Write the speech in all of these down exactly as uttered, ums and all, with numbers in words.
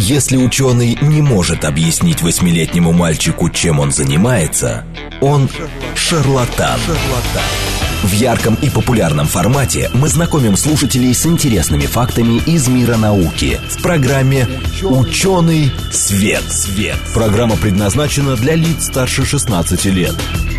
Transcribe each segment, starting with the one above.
Если ученый не может объяснить восьмилетнему мальчику, чем он занимается, он шарлатан. В ярком и популярном формате мы знакомим слушателей с интересными фактами из мира науки в программе «Ученый свет». Свет. Программа предназначена для лиц старше шестнадцати лет.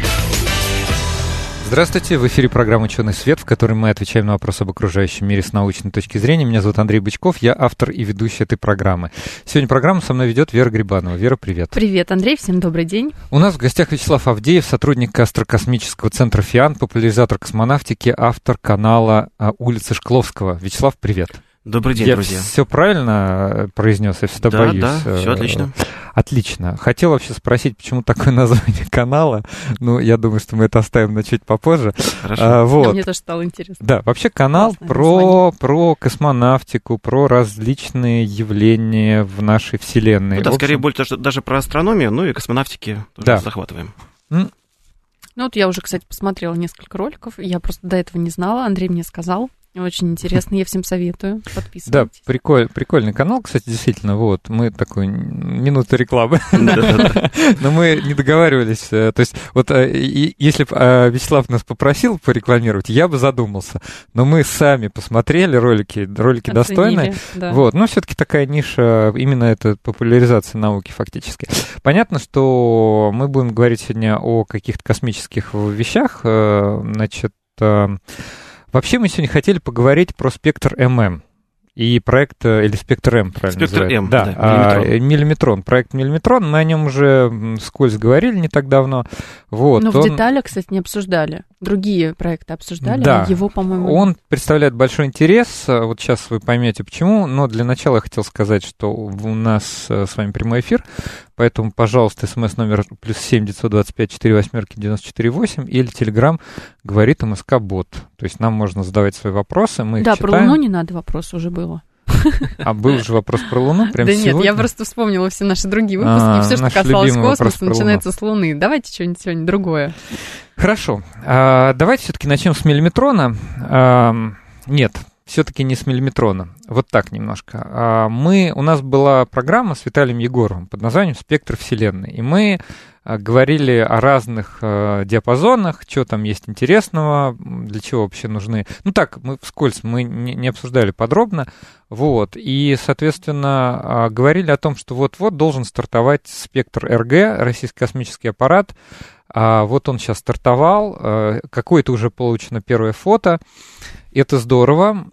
Здравствуйте, в эфире программа «Ученый свет», в которой мы отвечаем на вопросы об окружающем мире с научной точки зрения. Меня зовут Андрей Бычков, я автор и ведущий этой программы. Сегодня программу со мной ведет Вера Грибанова. Вера, привет. Привет, Андрей, всем добрый день. У нас в гостях Вячеслав Авдеев, сотрудник Астрокосмического центра ФИАН, популяризатор космонавтики, автор канала «Улица Шкловского». Вячеслав, привет. Добрый день, я друзья. Я все правильно произнес? Я всегда да, боюсь. Да, да, все отлично. Отлично. Хотел вообще спросить, почему такое название канала. Ну, я думаю, что мы это оставим на чуть попозже. Хорошо. А, вот. Мне тоже стало интересно. Да, вообще канал про, про космонавтику, про различные явления в нашей Вселенной. Ну, да, общем... скорее больше даже про астрономию, ну и космонавтики тоже да. захватываем. Mm. Ну вот я уже, кстати, посмотрела несколько роликов. Я просто до этого не знала. Андрей мне сказал. Очень интересно, я всем советую, подписывайтесь. Да, приколь, прикольный канал, кстати, действительно, вот, мы такой, минута рекламы, но мы не договаривались, то есть, вот, если бы Вячеслав нас попросил порекламировать, я бы задумался, но мы сами посмотрели ролики, ролики достойные, вот, но все-таки такая ниша, именно это популяризация науки фактически. Понятно, что мы будем говорить сегодня о каких-то космических вещах, значит, вообще мы сегодня хотели поговорить про спектр ММ и проект, или спектр М, правильно спектр называется? М, да, да, а, миллиметрон. Проект миллиметрон, мы о нем уже вскользь говорили не так давно. Вот, но он... в деталях, кстати, не обсуждали. Другие проекты обсуждали, да, а его, по-моему... Он представляет большой интерес, вот сейчас вы поймете почему, но для начала я хотел сказать, что у нас с вами прямой эфир, поэтому, пожалуйста, смс-номер плюс семь девятьсот двадцать пять четыре восьмерки девяносто четыре восемь или телеграм говорит МСК-бот. То есть нам можно задавать свои вопросы, мы их да, читаем. Про Луну не надо, вопрос уже было. А был же вопрос про Луну прямо да сегодня? нет, я просто вспомнила все наши другие выпуски, а, и все, что касалось космоса, начинается с Луны. Давайте что-нибудь сегодня другое. Хорошо. А, давайте все-таки начнем с миллиметрона. А, нет, все-таки не с миллиметрона. Вот так немножко. А, мы, у нас была программа с Виталием Егоровым под названием «Спектр Вселенной». И мы а, говорили о разных а, диапазонах, что там есть интересного, для чего вообще нужны. Ну так, мы вскользь, мы не, не обсуждали подробно. Вот. И, соответственно, а, говорили о том, что вот-вот должен стартовать спектр эр гэ, российский космический аппарат. А, вот он сейчас стартовал, а, какое-то уже получено первое фото. Это здорово.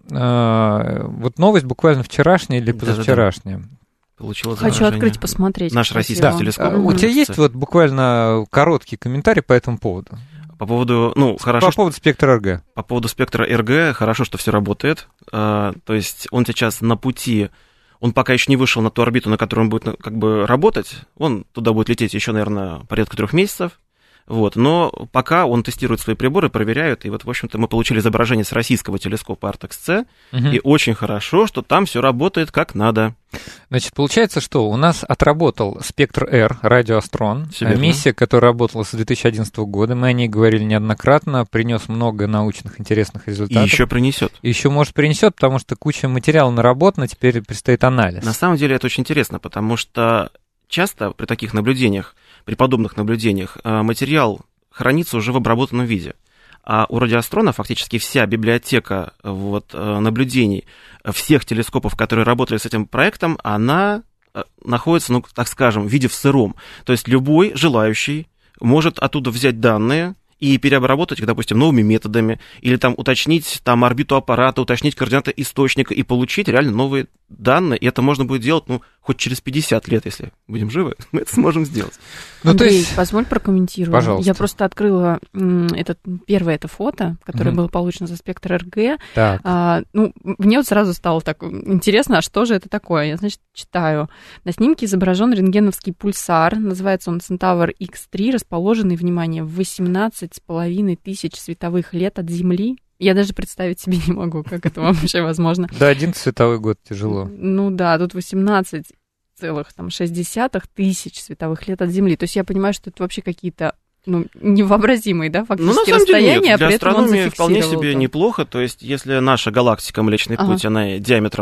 А, вот новость буквально вчерашняя или позавчерашняя. Да, да, да. Получила Хочу открыть, посмотреть. Наш российский да. телескоп. А, у тебя есть вот буквально короткий комментарий по этому поводу? По поводу, ну, хорошо. По поводу спектра эр гэ. По поводу спектра эр гэ, хорошо, что все работает. А, то есть он сейчас на пути, он пока еще не вышел на ту орбиту, на которой он будет как бы работать. Он туда будет лететь еще, наверное, порядка трех месяцев. Вот, но пока он тестирует свои приборы, проверяют, и вот, в общем-то, мы получили изображение с российского телескопа АРТЕКС-С, угу. И очень хорошо, что там все работает как надо. Значит, получается, что у нас отработал спектр Р, радиоастрон, миссия, которая работала с две тысячи одиннадцатого года, мы о ней говорили неоднократно, принес много научных интересных результатов. И еще принесет. И еще, может, принесет, потому что куча материала наработана, теперь предстоит анализ. На самом деле это очень интересно, потому что часто при таких наблюдениях, при подобных наблюдениях материал хранится уже в обработанном виде. А у радиоастрона фактически вся библиотека вот, наблюдений всех телескопов, которые работали с этим проектом, она находится, ну, так скажем, в виде в сыром. То есть любой желающий может оттуда взять данные и переобработать их, допустим, новыми методами, или там уточнить там орбиту аппарата, уточнить координаты источника и получить реально новые данные. И это можно будет делать, ну, хоть через пятьдесят лет, если будем живы, мы это сможем сделать. Ну, Андрей, то есть... позволь прокомментировать. Пожалуйста. Я просто открыла этот, первое это фото, которое mm-hmm. было получено за спектр эр гэ. А, ну, мне вот сразу стало так интересно, а что же это такое? Я, значит, читаю. На снимке изображен рентгеновский пульсар, называется он Centaur икс три, расположенный, внимание, в восемнадцать с половиной тысяч световых лет от Земли. Я даже представить себе не могу, как это вообще возможно. Да, один световой год тяжело. Ну да, тут восемнадцать целых шесть десятых тысяч световых лет от Земли. То есть я понимаю, что это вообще какие-то ну, невообразимые, да, фактически ну, расстояния, а при этом он астрономии вполне себе там. неплохо. То есть если наша галактика Млечный ага. Путь, она диаметром, ну,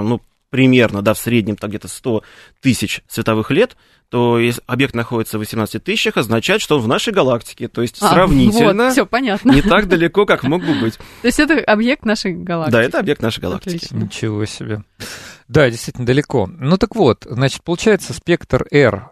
примерно, да, в среднем там где-то сто тысяч световых лет, то если объект находится в восемнадцати тысячах, означает, что он в нашей галактике. То есть а, сравнительно вот, всё понятно. Не так далеко, как мог бы быть. То есть это объект нашей галактики. Да, это объект нашей галактики. Отлично. Ничего себе. Да, действительно далеко. Ну так вот, значит, получается, спектр R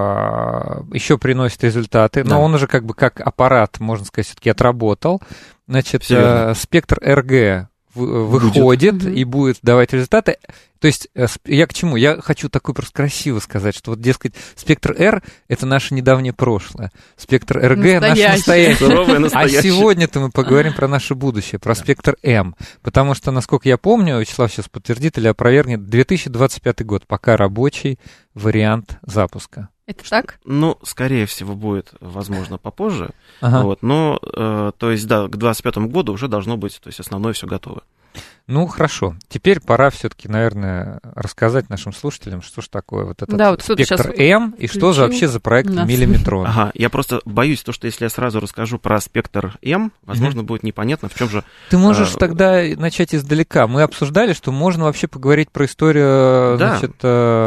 еще приносит результаты, да. Но он уже как бы как аппарат, можно сказать, все-таки отработал. Значит, спектр эр джи выходит будет. И будет давать результаты. То есть я к чему? Я хочу такое просто красиво сказать, что вот, дескать, спектр R — это наше недавнее прошлое, спектр эр джи — наше настоящее. А сегодня-то мы поговорим про наше будущее, про спектр M. Потому что, насколько я помню, Вячеслав сейчас подтвердит или опровергнет, две тысячи двадцать пятый год, пока рабочий вариант запуска. Это так? Ну, скорее всего, будет, возможно, попозже. Ага. Вот, но, э, то есть, да, к двадцать пятому году уже должно быть, то есть, основное все готово. Ну, хорошо. Теперь пора все-таки, наверное, рассказать нашим слушателям, что же такое вот этот да, вот спектр M и что же вообще за проект нас. Миллиметрон. Ага, я просто боюсь, то, что если я сразу расскажу про спектр M, возможно, mm-hmm. будет непонятно, в чем же... Ты можешь а... тогда начать издалека. Мы обсуждали, что можно вообще поговорить про историю, да. значит...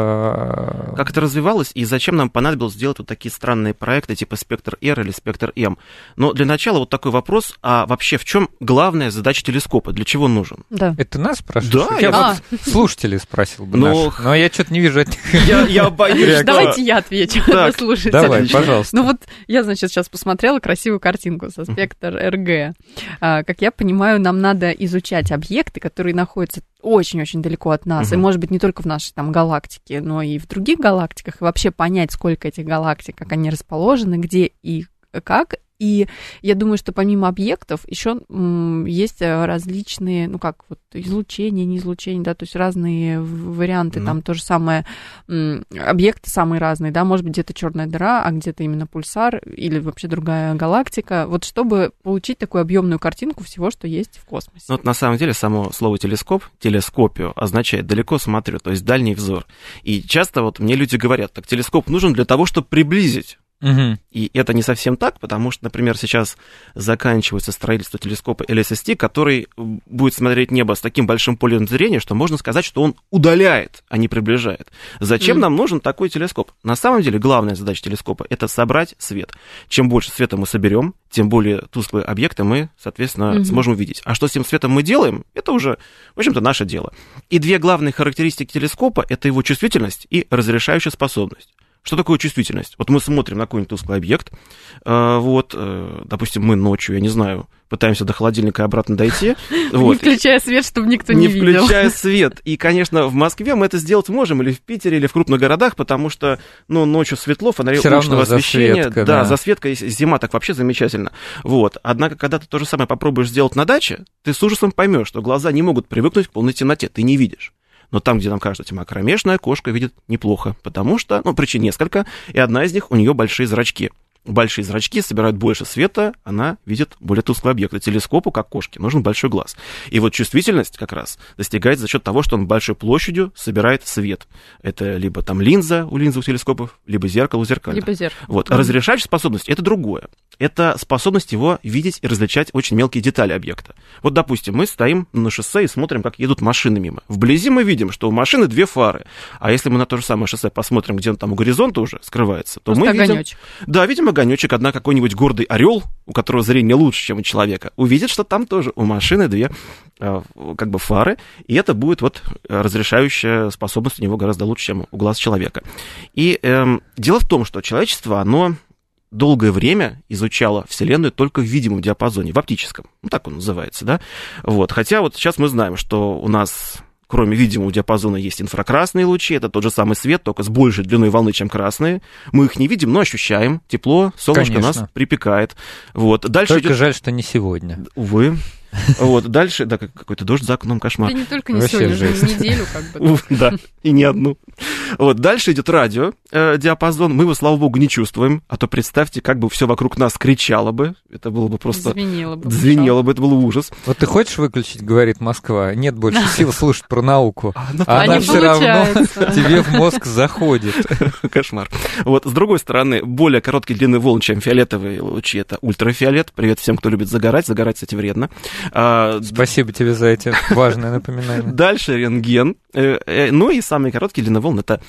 А... Как это развивалось и зачем нам понадобилось сделать вот такие странные проекты, типа спектр R или спектр M. Но для начала вот такой вопрос, а вообще в чем главная задача телескопа, для чего нужен? Да. Это нас спрашиваешь? Да, я а. вот слушателей спросил бы но... наших, но я что-то не вижу от них. Я, я боюсь, Давайте я отвечу на слушателей. Давай, пожалуйста. Ну вот я, значит, сейчас посмотрела красивую картинку со спектр эр джи. А, как я понимаю, нам надо изучать объекты, которые находятся очень-очень далеко от нас, uh-huh. и, может быть, не только в нашей там галактике, но и в других галактиках, и вообще понять, сколько этих галактик, как они расположены, где и как. И я думаю, что помимо объектов еще м, есть различные, ну как, вот излучение, не излучение, да, то есть разные варианты, mm-hmm. там то же самое, м, объекты самые разные, да, может быть, где-то черная дыра, а где-то именно пульсар или вообще другая галактика, вот чтобы получить такую объемную картинку всего, что есть в космосе. Ну, вот на самом деле само слово телескоп, телескопию, означает далеко смотрю, то есть дальний взор. И часто вот мне люди говорят, так телескоп нужен для того, чтобы приблизить. Угу. И это не совсем так, потому что, например, сейчас заканчивается строительство телескопа эл эс эс ти, который будет смотреть небо с таким большим полем зрения, что можно сказать, что он удаляет, а не приближает. Зачем mm. нам нужен такой телескоп? На самом деле, главная задача телескопа — это собрать свет. Чем больше света мы соберем, тем более тусклые объекты мы, соответственно, mm-hmm. сможем увидеть. А что с этим светом мы делаем, это уже, в общем-то, наше дело. И две главные характеристики телескопа — это его чувствительность и разрешающая способность. Что такое чувствительность? Вот мы смотрим на какой-нибудь тусклый объект, э, вот, э, допустим, мы ночью, я не знаю, пытаемся до холодильника и обратно дойти. Вот. Не включая свет, чтобы никто не, не видел. Не включая свет. И, конечно, в Москве мы это сделать можем, или в Питере, или в крупных городах, потому что, ну, ночью светло, фонари уличного освещения. Засветка, да, да, засветка, зима так вообще замечательно. Вот. Однако, когда ты то же самое попробуешь сделать на даче, ты с ужасом поймешь, что глаза не могут привыкнуть к полной темноте, ты не видишь. Но там, где нам кажется тьма кромешная, кошка видит неплохо, потому что, ну, причин несколько, и одна из них, у нее большие зрачки. Большие зрачки собирают больше света, она видит более тусклый объект. И телескопу, как кошке, нужен большой глаз. И вот чувствительность как раз достигается за счет того, что он большой площадью собирает свет. Это либо там линза у линзовых телескопов, либо зеркало у зеркальных. Либо зеркало. Вот. А разрешающая способность — это другое. Это способность его видеть и различать очень мелкие детали объекта. Вот, допустим, мы стоим на шоссе и смотрим, как едут машины мимо. Вблизи мы видим, что у машины две фары. А если мы на то же самое шоссе посмотрим, где он там у горизонта уже скрывается, то просто мы видим... огонёчек. Да, видим огонечек, одна какой-нибудь гордый орел, у которого зрение лучше, чем у человека, увидит, что там тоже у машины две как бы фары, и это будет вот разрешающая способность у него гораздо лучше, чем у глаз человека. И эм, дело в том, что человечество, оно долгое время изучало Вселенную только в видимом диапазоне, в оптическом, ну так он называется, да, вот, хотя вот сейчас мы знаем, что у нас... Кроме видимого диапазона есть инфракрасные лучи, это тот же самый свет, только с большей длиной волны, чем красные. Мы их не видим, но ощущаем. Тепло, солнышко Конечно. Нас припекает. Вот. Дальше только идет... жаль, что не сегодня. Увы. Вот, дальше, да, какой-то дождь за окном, кошмар. Да не только не сегодня, уже неделю как бы. Да, и не одну. Вот, дальше идет радио, э, диапазон, мы его, слава богу, не чувствуем, а то представьте, как бы все вокруг нас кричало бы, это было бы просто... Звенело бы. Звенело бы, это был ужас. Вот ты хочешь выключить, говорит Москва, нет больше сил слушать про науку, а, а она все равно тебе в мозг заходит. Кошмар. Вот, с другой стороны, более короткий длинный волн, чем фиолетовые лучи, это ультрафиолет. Привет всем, кто любит загорать. Загорать, кстати, вредно. А, Спасибо тебе за эти важное напоминание. Дальше рентген. Ну и самый короткий длинный волн это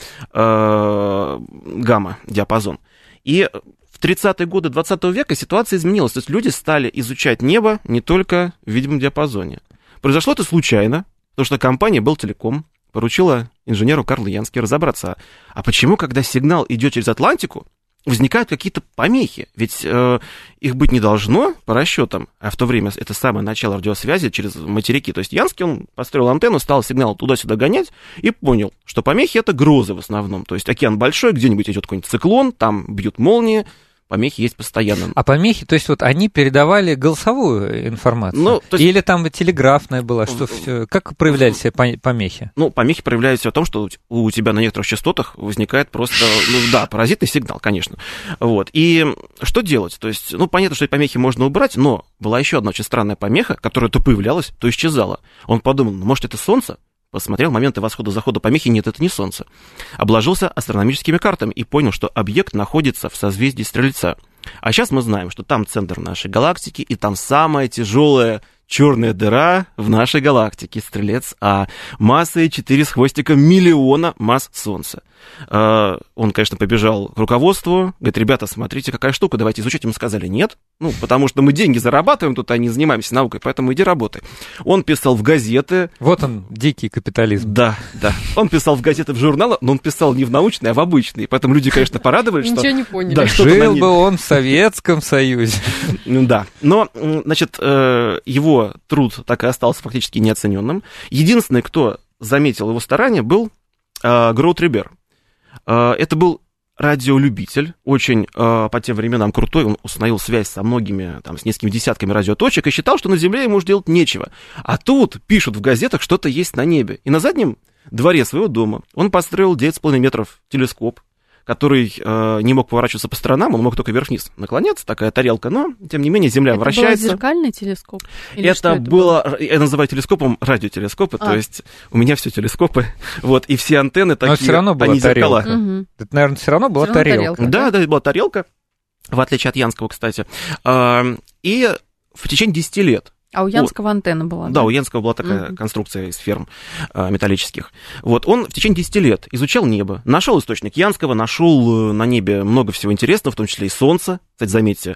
э, гамма-диапазон. И в тридцатые годы двадцатого века ситуация изменилась. То есть люди стали изучать небо не только в видимом диапазоне. Произошло это случайно, потому что компания Белтелеком поручила инженеру Карлу Янски разобраться, а почему, когда сигнал идет через Атлантику, возникают какие-то помехи, ведь э, их быть не должно по расчетам, а в то время это самое начало радиосвязи через материки. То есть Янский, он построил антенну, стал сигнал туда-сюда гонять и понял, что помехи — это грозы в основном. То есть океан большой, где-нибудь идет какой-нибудь циклон, там бьют молнии, помехи есть постоянно. А помехи, то есть вот они передавали голосовую информацию? Ну, то есть... Или там телеграфная была? Что все... Как проявляли себя помехи? Ну, помехи проявляются в том, что у тебя на некоторых частотах возникает просто, ну да, паразитный сигнал, конечно. Вот. И что делать? То есть, ну, понятно, что эти помехи можно убрать, но была еще одна очень странная помеха, которая то появлялась, то исчезала. Он подумал, ну, может, это солнце? Посмотрел моменты восхода-захода помехи, нет, это не Солнце. Обложился астрономическими картами и понял, что объект находится в созвездии Стрельца. А сейчас мы знаем, что там центр нашей галактики, и там самая тяжелая черная дыра в нашей галактике, Стрелец А, массой четыре с хвостиком миллиона масс Солнца. Он, конечно, побежал к руководству, говорит, ребята, смотрите, какая штука, давайте изучать. Ему сказали, нет, ну, потому что мы деньги зарабатываем тут, а не занимаемся наукой, поэтому иди работай. Он писал в газеты. Вот он, дикий капитализм. Да, да. Он писал в газеты, в журналы, но он писал не в научные, а в обычные, поэтому люди, конечно, порадовались, что... Ничего не поняли. Да, жил бы он в Советском Союзе. Да, но, значит, его труд так и остался фактически неоцененным. Единственный, кто заметил его старания, был Гроут Рибер. Это был радиолюбитель, очень э, по тем временам крутой, он установил связь со многими, там, с несколькими десятками радиоточек и считал, что на Земле ему уже делать нечего. А тут пишут в газетах, что-то есть на небе. И на заднем дворе своего дома он построил девять с половиной метров телескоп, который э, не мог поворачиваться по сторонам, он мог только вверх-вниз наклоняться, такая тарелка, но, тем не менее, Земля это вращается. Это был зеркальный телескоп? Или это, это было, было, я называю телескопом радиотелескопы, а. То есть у меня все телескопы, вот, и все антенны такие, но все равно была они зеркала. Угу. Это, наверное, все равно была все равно тарелка. тарелка. Да, да, да, была тарелка, в отличие от Янского, кстати. И в течение десяти лет. А у Янского антенна была, да? Да, у Янского была такая uh-huh. конструкция из ферм а, металлических. Вот, он в течение десяти лет изучал небо, нашел источник Янского, нашел на небе много всего интересного, в том числе и Солнце. Кстати, заметьте,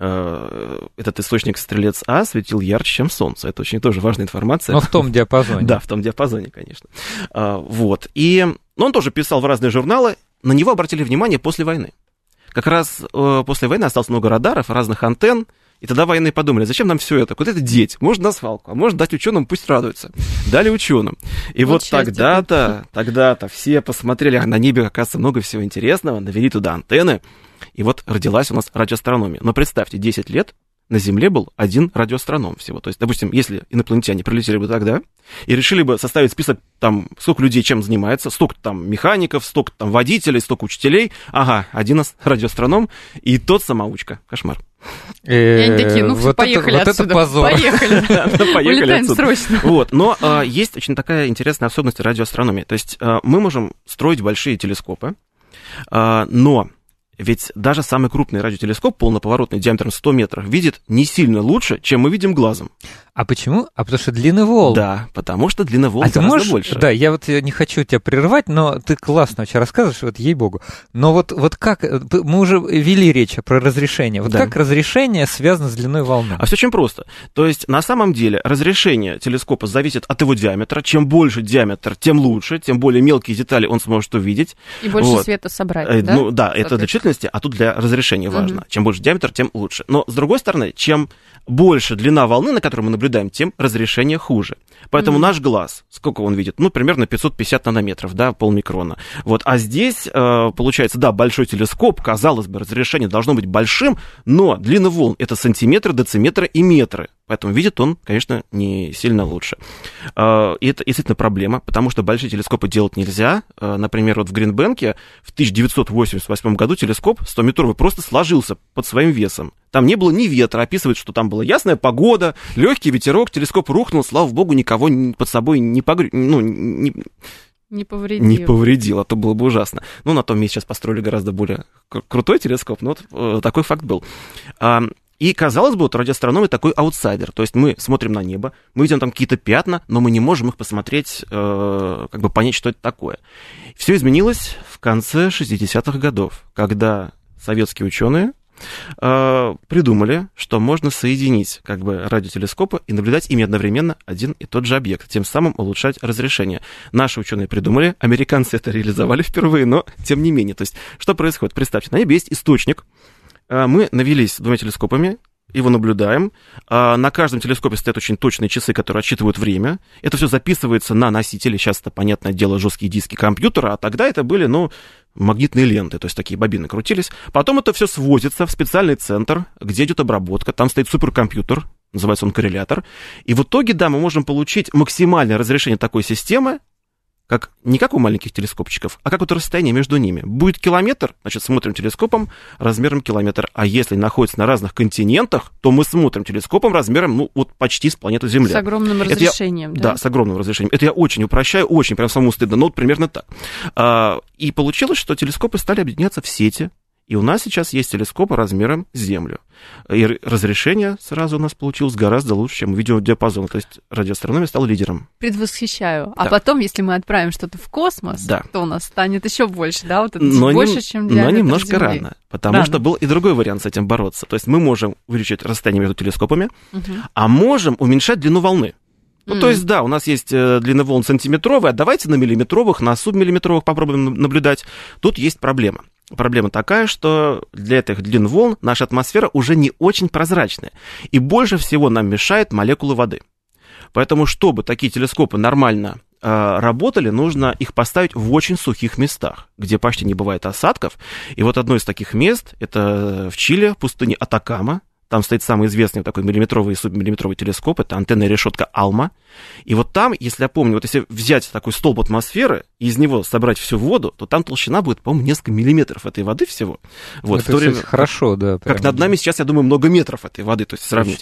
э, этот источник Стрелец А светил ярче, чем Солнце. Это очень тоже важная информация. Но в том диапазоне. Да, в том диапазоне, конечно. А, вот, и ну, он тоже писал в разные журналы, на него обратили внимание после войны. Как раз э, после войны осталось много радаров, разных антенн. И тогда военные подумали, зачем нам все это? Куда это деть? Можно на свалку, а можно дать ученым, пусть радуются. Дали ученым. И вот, вот тогда-то, тогда-то все посмотрели, а на небе, оказывается, много всего интересного, навели туда антенны. И вот родилась у нас радиоастрономия. Но представьте, десять лет на Земле был один радиоастроном всего. То есть, допустим, если инопланетяне прилетели бы тогда и решили бы составить список, там, сколько людей чем занимается, столько там механиков, столько там водителей, столько учителей, ага, один радиоастроном и тот самоучка. Кошмар. И они такие, ну все, поехали вот отсюда. Это позор. Поехали. Улетаем срочно. Вот, но а, есть очень такая интересная особенность радиоастрономии. То есть а, мы можем строить большие телескопы, а, но ведь даже самый крупный радиотелескоп, полноповоротный, диаметром сто метров, видит не сильно лучше, чем мы видим глазом. А почему? А потому что длины волн. Да, потому что длина волн а гораздо ты можешь, больше. Да, я вот не хочу тебя прерывать, но ты классно вообще рассказываешь, вот ей-богу. Но вот, вот как, мы уже вели речь про разрешение, вот да. Как разрешение связано с длиной волны? А все очень просто. То есть на самом деле разрешение телескопа зависит от его диаметра. Чем больше диаметр, тем лучше, тем более мелкие детали он сможет увидеть. И больше вот. Света собрать, э, да? Ну да, это для чувствительности, а тут для разрешения важно. Угу. Чем больше диаметр, тем лучше. Но с другой стороны, чем больше длина волны, на которой мы наблюдаем, тем разрешение хуже. Поэтому mm-hmm. наш глаз, сколько он видит? Ну, примерно пятьсот пятьдесят нанометров, да, полмикрона. Вот, а здесь, э, получается, да, большой телескоп, казалось бы, разрешение должно быть большим, но длина волн — это сантиметры, дециметры и метры. Поэтому видит он, конечно, не сильно лучше. И это действительно проблема, потому что большие телескопы делать нельзя. Например, вот в Гринбенке в тысяча девятьсот восемьдесят восьмом году телескоп стометровый просто сложился под своим весом. Там не было ни ветра, описывает, что там была ясная погода, легкий ветерок, телескоп рухнул, слава богу, никого под собой не погрю... ну, не... Не повредил. Не повредил, а то было бы ужасно. Ну, на том месте сейчас построили гораздо более крутой телескоп, но вот такой факт был. И, казалось бы, вот радиоастрономия такой аутсайдер. То есть мы смотрим на небо, мы видим там какие-то пятна, но мы не можем их посмотреть, э, как бы понять, что это такое. Все изменилось в конце шестидесятых годов, когда советские ученые э, придумали, что можно соединить как бы радиотелескопы и наблюдать ими одновременно один и тот же объект, тем самым улучшать разрешение. Наши ученые придумали, американцы это реализовали впервые, но тем не менее. То есть что происходит? Представьте, на небе есть источник. Мы навелись двумя телескопами, его наблюдаем. На каждом телескопе стоят очень точные часы, которые отсчитывают время. Это все записывается на носители. Сейчас это, понятное дело, жесткие диски компьютера, а тогда это были, ну, магнитные ленты, то есть такие бобины крутились. Потом это все свозится в специальный центр, где идет обработка. Там стоит суперкомпьютер, называется он коррелятор. И в итоге, да, мы можем получить максимальное разрешение такой системы, как, не как у маленьких телескопчиков, а как вот расстояние между ними. Будет километр, значит, смотрим телескопом размером километр. А если находится на разных континентах, то мы смотрим телескопом размером, ну, вот почти с планеты Земля. С огромным Это разрешением, я, да? Да, с огромным разрешением. Это я очень упрощаю, очень прям самому стыдно, но вот примерно так. А, и получилось, что телескопы стали объединяться в сети. И у нас сейчас есть телескопы размером с Землю. И разрешение сразу у нас получилось гораздо лучше, чем видеодиапазон. То есть радиоастрономия стала лидером. Предвосхищаю. Да. А потом, если мы отправим что-то в космос, да. то у нас станет еще больше, да? Вот это но больше, не, чем диаметр Но немножко Земли. рано, потому рано. что был и другой вариант с этим бороться. То есть мы можем увеличить расстояние между телескопами, угу. а можем уменьшать длину волны. Ну, mm. то есть, да, у нас есть э, длина волн сантиметровая, а давайте на миллиметровых, на субмиллиметровых попробуем наблюдать. Тут есть проблема. Проблема такая, что для этих длин волн наша атмосфера уже не очень прозрачная. И больше всего нам мешают молекулы воды. Поэтому, чтобы такие телескопы нормально э, работали, нужно их поставить в очень сухих местах, где почти не бывает осадков. И вот одно из таких мест, это в Чили, в пустыне Атакама. Там стоит самый известный такой миллиметровый и субмиллиметровый телескоп, это антенная решетка Алма. И вот там, если я помню, вот если взять такой столб атмосферы и из него собрать всю воду, то там толщина будет, по-моему, несколько миллиметров этой воды всего. Вот, это, в то время, кстати, хорошо, да. Как над нами сейчас, я думаю, много метров этой воды, то есть сравнить.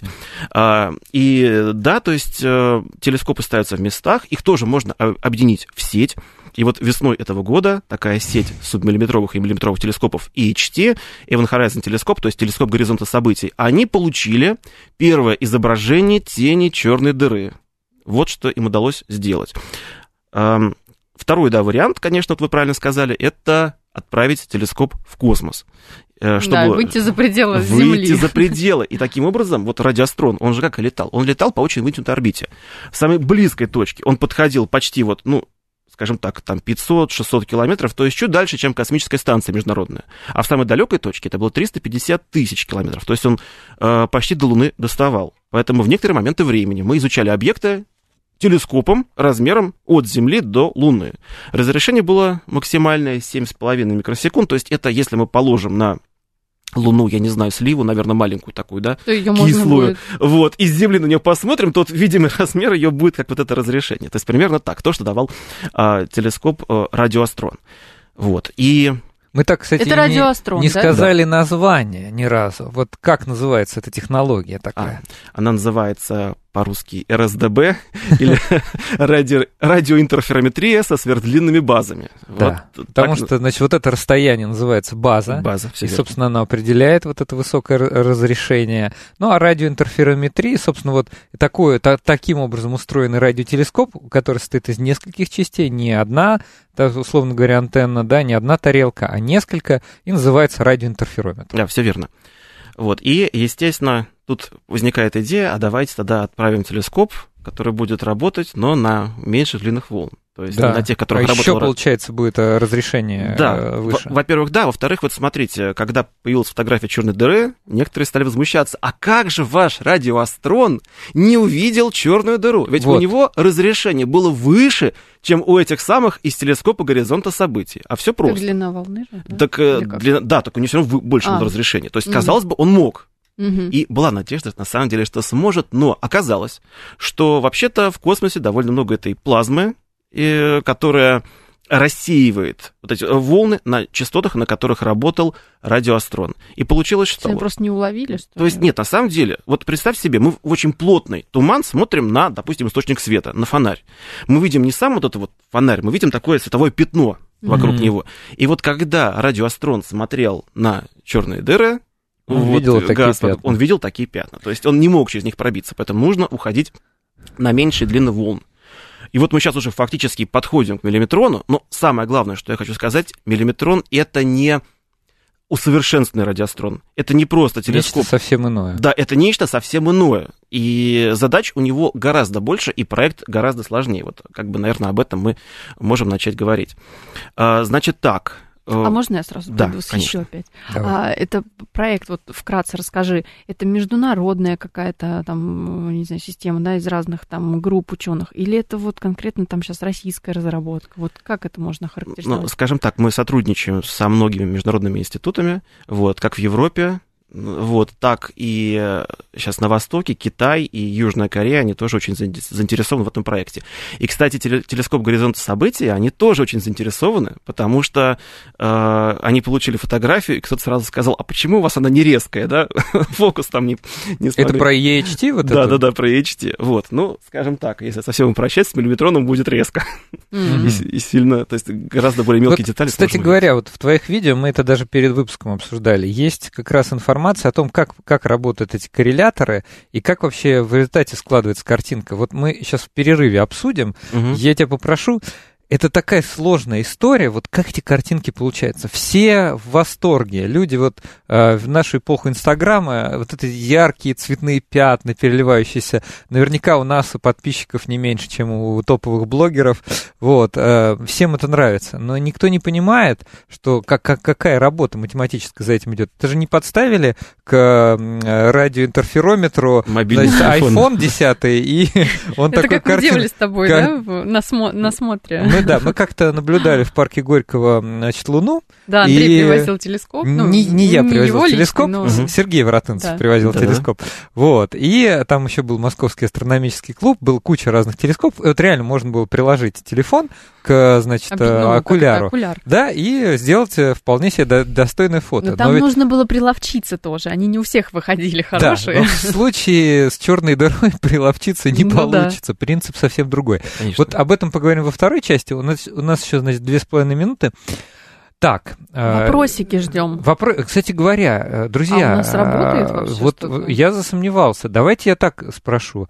А, и да, то есть телескопы ставятся в местах, их тоже можно объединить в сеть. И вот весной этого года такая сеть субмиллиметровых и миллиметровых телескопов и эйч ти, Event Horizon телескоп, то есть телескоп горизонта событий, они получили первое изображение тени черной дыры. Вот что им удалось сделать. Второй, да, вариант, конечно, вот вы правильно сказали, это отправить телескоп в космос. Чтобы да, выйти за пределы выйти Земли. Выйти за пределы. И таким образом, вот радиоастрон, он же как и летал? Он летал по очень вытянутой орбите. В самой близкой точке он подходил почти вот, ну, скажем так, там пятьсот-шестьсот километров, то есть чуть дальше, чем космическая станция международная. А в самой далекой точке это было триста пятьдесят тысяч километров, то есть он э, почти до Луны доставал. Поэтому в некоторые моменты времени мы изучали объекты телескопом размером от Земли до Луны. Разрешение было максимальное семь с половиной микросекунд, то есть это если мы положим на Луну, я не знаю, сливу, наверное, маленькую такую, да, то ее кислую, можно будет... вот, из Земли на нее посмотрим, тот видимый размер ее будет как вот это разрешение. То есть примерно так, то, что давал а, телескоп а, радиоастрон. Вот, и... Мы так, кстати, это радиоастрон, не, не да? сказали название ни разу. Вот как называется эта технология такая? А, она называется по-русски эр эс дэ бэ, или радио, радиоинтерферометрия со сверхдлинными базами. Да, вот, потому так... что, значит, вот это расстояние называется база, база и, собственно, она определяет вот это высокое разрешение. Ну, а радиоинтерферометрия, собственно, вот такое, та, таким образом устроенный радиотелескоп, который состоит из нескольких частей, не одна, так, условно говоря, антенна, да, не одна тарелка, а несколько, и называется радиоинтерферометр. Да, все верно. Вот, и, естественно, тут возникает идея, а давайте тогда отправим телескоп, который будет работать, но на меньших длинных волн. То есть да. на тех, которых а работало... еще, получается, будет разрешение да. выше. Во-первых, да. Во-вторых, вот смотрите, когда появилась фотография черной дыры, некоторые стали возмущаться. А как же ваш радиоастрон не увидел черную дыру? Ведь вот. У него разрешение было выше, чем у этих самых из телескопа горизонта событий. А все просто. Как длина волны же? Да? Так, длина... Да, так у него все равно больше а. было разрешение. То есть, казалось mm-hmm. бы, он мог Угу. И была надежда, на самом деле, что сможет, но оказалось, что вообще-то в космосе довольно много этой плазмы, которая рассеивает вот эти волны на частотах, на которых работал радиоастрон. И получилось, что... Они просто не уловили, что ли? То есть, нет, на самом деле, вот представь себе, мы в очень плотный туман смотрим на, допустим, источник света, на фонарь. Мы видим не сам вот этот вот фонарь, мы видим такое световое пятно вокруг mm-hmm. него. И вот когда радиоастрон смотрел на черные дыры, он, вот, видел газ, такие он видел такие пятна. То есть он не мог через них пробиться, поэтому нужно уходить на меньшие длины волн. И вот мы сейчас уже фактически подходим к миллиметрону, но самое главное, что я хочу сказать, миллиметрон — это не усовершенствованный радиоастрон, это не просто телескоп. Нечто совсем иное. Да, это нечто совсем иное, и задач у него гораздо больше, и проект гораздо сложнее. Вот, как бы, наверное, об этом мы можем начать говорить. А, значит так... А можно я сразу да, предвосхищу опять? А, это проект, вот вкратце расскажи, это международная какая-то там, не знаю, система, да, из разных там групп ученых, или это вот конкретно там сейчас российская разработка? Вот как это можно характеризовать? Ну, скажем так, мы сотрудничаем со многими международными институтами, вот, как в Европе, вот, так и сейчас на Востоке, Китай и Южная Корея, они тоже очень заинтересованы в этом проекте. И, кстати, телескоп «Горизонт событий», они тоже очень заинтересованы, потому что э, они получили фотографию, и кто-то сразу сказал, а почему у вас она не резкая, да? Фокус там не, не смотрит. Это про и эйч ти вот это? Да-да-да, про и эйч ти. Вот, ну, скажем так, если совсем упрощать, с миллиметроном будет резко. Mm-hmm. и, и сильно, то есть гораздо более мелкие вот, детали. Кстати говоря, вот в твоих видео, мы это даже перед выпуском обсуждали, есть как раз информация о том, как, как работают эти корреляторы и как вообще в результате складывается картинка. Вот мы сейчас в перерыве обсудим. Угу. Я тебя попрошу. Это такая сложная история, вот как эти картинки получаются. Все в восторге. Люди вот э, в нашу эпоху Инстаграма, вот эти яркие цветные пятна, переливающиеся, наверняка у нас, у подписчиков, не меньше, чем у топовых блогеров. Вот, э, всем это нравится. Но никто не понимает, что как, как, какая работа математическая за этим идет. Это же не подставили к э, радиоинтерферометру значит, айфон десять, и он это такой как мы делали с тобой, кар... да, на, смо... на смотре. Мы, да, мы как-то наблюдали в парке Горького, значит, Луну. Да, Андрей и... привозил телескоп. Ну, не, не я не привозил телескоп, лично, но... Сергей Воротынцев да. привозил да, телескоп. Да. Вот, и там еще был Московский астрономический клуб, был куча разных телескопов, и вот реально можно было приложить телефон к, значит, ну, окуляру, окуляр. Да, и сделать вполне себе достойное фото. Но там но ведь... нужно было приловчиться тоже, они не у всех выходили хорошие. Да, но в случае с черной дырой приловчиться не ну, получится, да. Принцип совсем другой. Конечно. Вот об этом поговорим во второй части, у нас, у нас еще, значит, две с половиной минуты. Так. Вопросики ждем. Вопро... Кстати говоря, друзья, а у нас работает вообще вот что-то? Я засомневался. Давайте я так спрошу.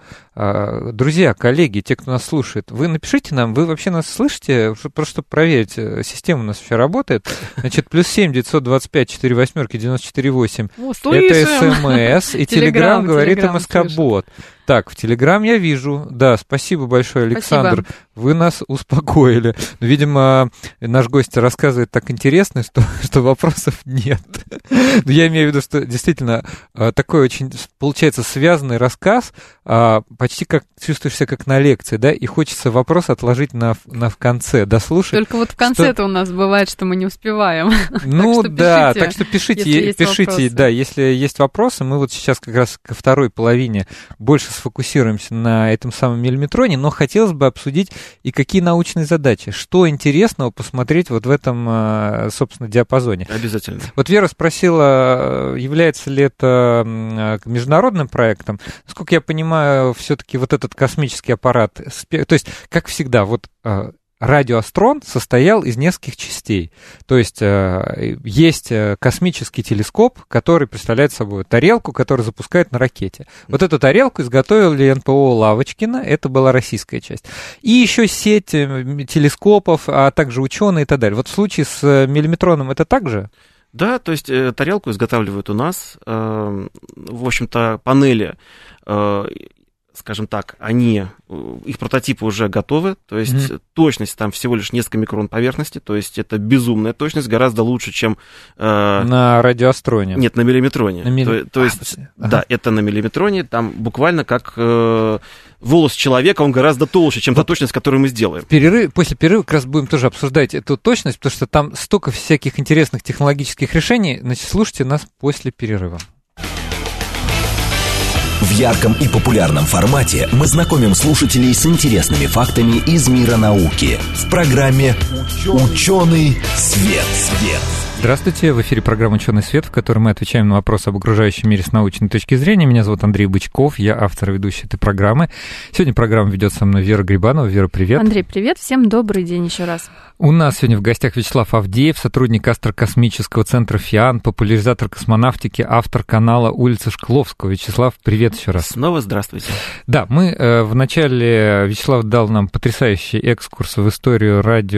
Друзья, коллеги, те, кто нас слушает, вы напишите нам, вы вообще нас слышите? Просто чтобы проверить, система у нас вообще работает. Значит, плюс семь девятьсот двадцать пять четыре восьмерки девяносто четыре восемь. Это СМС, и Телеграм говорит МСК-бот. Так, в Телеграм я вижу. Да, спасибо большое, Александр. Спасибо. Вы нас успокоили. Видимо, наш гость рассказывает так интересно, что, что вопросов нет. Но я имею в виду, что действительно такой очень, получается, связанный рассказ, почти как чувствуешь себя как на лекции, да, и хочется вопрос отложить на, на в конце, дослушать. Только вот в конце-то что... у нас бывает, что мы не успеваем. Ну так да, пишите, так что пишите, если пишите, да, если есть вопросы, мы вот сейчас как раз ко второй половине больше сфокусируемся на этом самом миллиметроне, но хотелось бы обсудить и какие научные задачи, что интересного посмотреть вот в этом, собственно, диапазоне. Обязательно. Вот Вера спросила, является ли это международным проектом. Насколько я понимаю, все-таки вот этот космический аппарат, то есть, как всегда, вот радиоастрон состоял из нескольких частей. То есть э, есть космический телескоп, который представляет собой тарелку, которую запускают на ракете. Вот эту тарелку изготовили эн пэ о Лавочкина, это была российская часть. И еще сеть телескопов, а также ученые и так далее. Вот в случае с миллиметроном это так же? Да, то есть э, тарелку изготавливают у нас. Э, в общем-то, панели... Э, скажем так, они, их прототипы уже готовы, то есть mm-hmm. точность там всего лишь несколько микрон поверхности, то есть это безумная точность, гораздо лучше, чем... Э, на радиоастроне. Нет, на миллиметроне. На милли... то, то есть, а, да, ага. это на миллиметроне, там буквально как э, волос человека, он гораздо толще, чем вот та точность, которую мы сделаем. Перерыв, после перерыва как раз будем тоже обсуждать эту точность, потому что там столько всяких интересных технологических решений, значит, слушайте нас после перерыва. В ярком и популярном формате мы знакомим слушателей с интересными фактами из мира науки в программе «Ученый свет». свет. Здравствуйте, в эфире программа «Ученый свет», в которой мы отвечаем на вопросы об окружающем мире с научной точки зрения. Меня зовут Андрей Бычков, я автор и ведущий этой программы. Сегодня программу ведет со мной Вера Грибанова. Вера, привет. Андрей, привет, всем добрый день еще раз. У нас сегодня в гостях Вячеслав Авдеев, сотрудник астрокосмического центра ФИАН, популяризатор космонавтики, автор канала «Улица Шкловского». Вячеслав, привет еще раз. Снова здравствуйте. Да, мы э, вначале, Вячеслав дал нам потрясающий экскурс в историю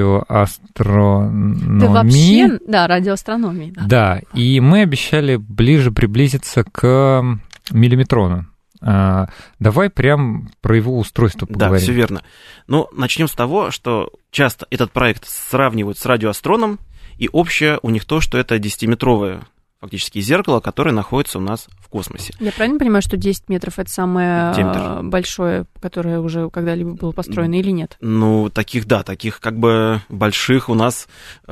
радиоастрономии. Да вообще, да, радиоастрономии. Да. да, и мы обещали ближе приблизиться к миллиметрону. А, давай прям про его устройство поговорим. Да, все верно. Ну, начнем с того, что часто этот проект сравнивают с радиоастроном, и общее у них то, что это десятиметровое фактически зеркало, которое находится у нас в космосе. Я правильно понимаю, что десять метров — это самое Диаметр. большое, которое уже когда-либо было построено, или нет? Ну, таких, да, таких как бы больших у нас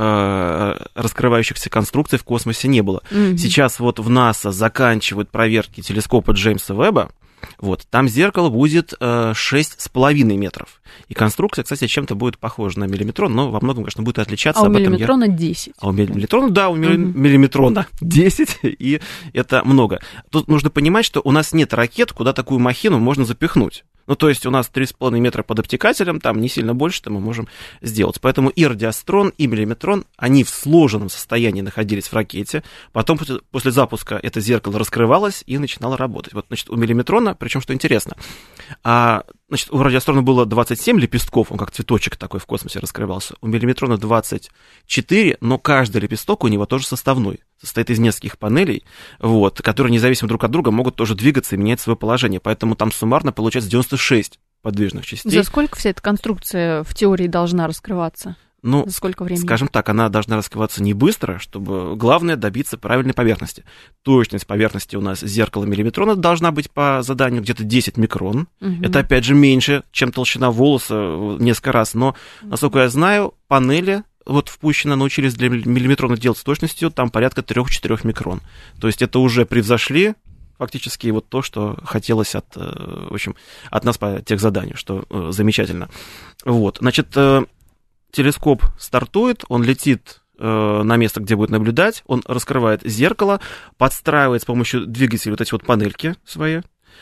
э, раскрывающихся конструкций в космосе не было. Mm-hmm. Сейчас вот в НАСА заканчивают проверки телескопа Джеймса Уэбба. Вот, там зеркало будет э, шесть с половиной метров. И конструкция, кстати, чем-то будет похожа на миллиметрон, но во многом, конечно, будет отличаться. А у об этом миллиметрона я... десять. А у миллиметрона, да, у Uh-huh. миллиметрона десять, и это много. Тут нужно понимать, что у нас нет ракет, куда такую махину можно запихнуть. Ну, то есть у нас три с половиной метра под обтекателем, там не сильно больше-то мы можем сделать. Поэтому и радиоастрон, и миллиметрон, они в сложенном состоянии находились в ракете. Потом после, после запуска это зеркало раскрывалось и начинало работать. Вот, значит, у миллиметрона, причем, что интересно, а, значит, у радиоастрона было двадцать семь лепестков, он как цветочек такой в космосе раскрывался. У миллиметрона двадцать четыре, но каждый лепесток у него тоже составной. Состоит из нескольких панелей, вот, которые независимо друг от друга могут тоже двигаться и менять свое положение. Поэтому там суммарно получается девяносто шесть подвижных частей. За сколько вся эта конструкция в теории должна раскрываться? Ну, За сколько времени? Скажем так, она должна раскрываться не быстро, чтобы, главное, добиться правильной поверхности. Точность поверхности у нас зеркала миллиметрона должна быть по заданию где-то десять микрон. Угу. Это, опять же, меньше, чем толщина волоса несколько раз. Но, насколько я знаю, панели... вот впущено, научились для миллиметрона делать с точностью, там порядка три-четыре микрон. То есть это уже превзошли фактически вот то, что хотелось от, в общем, от нас по техзаданию, что замечательно. Вот, значит, телескоп стартует, он летит на место, где будет наблюдать, он раскрывает зеркало, подстраивает с помощью двигателя вот эти вот панельки свои.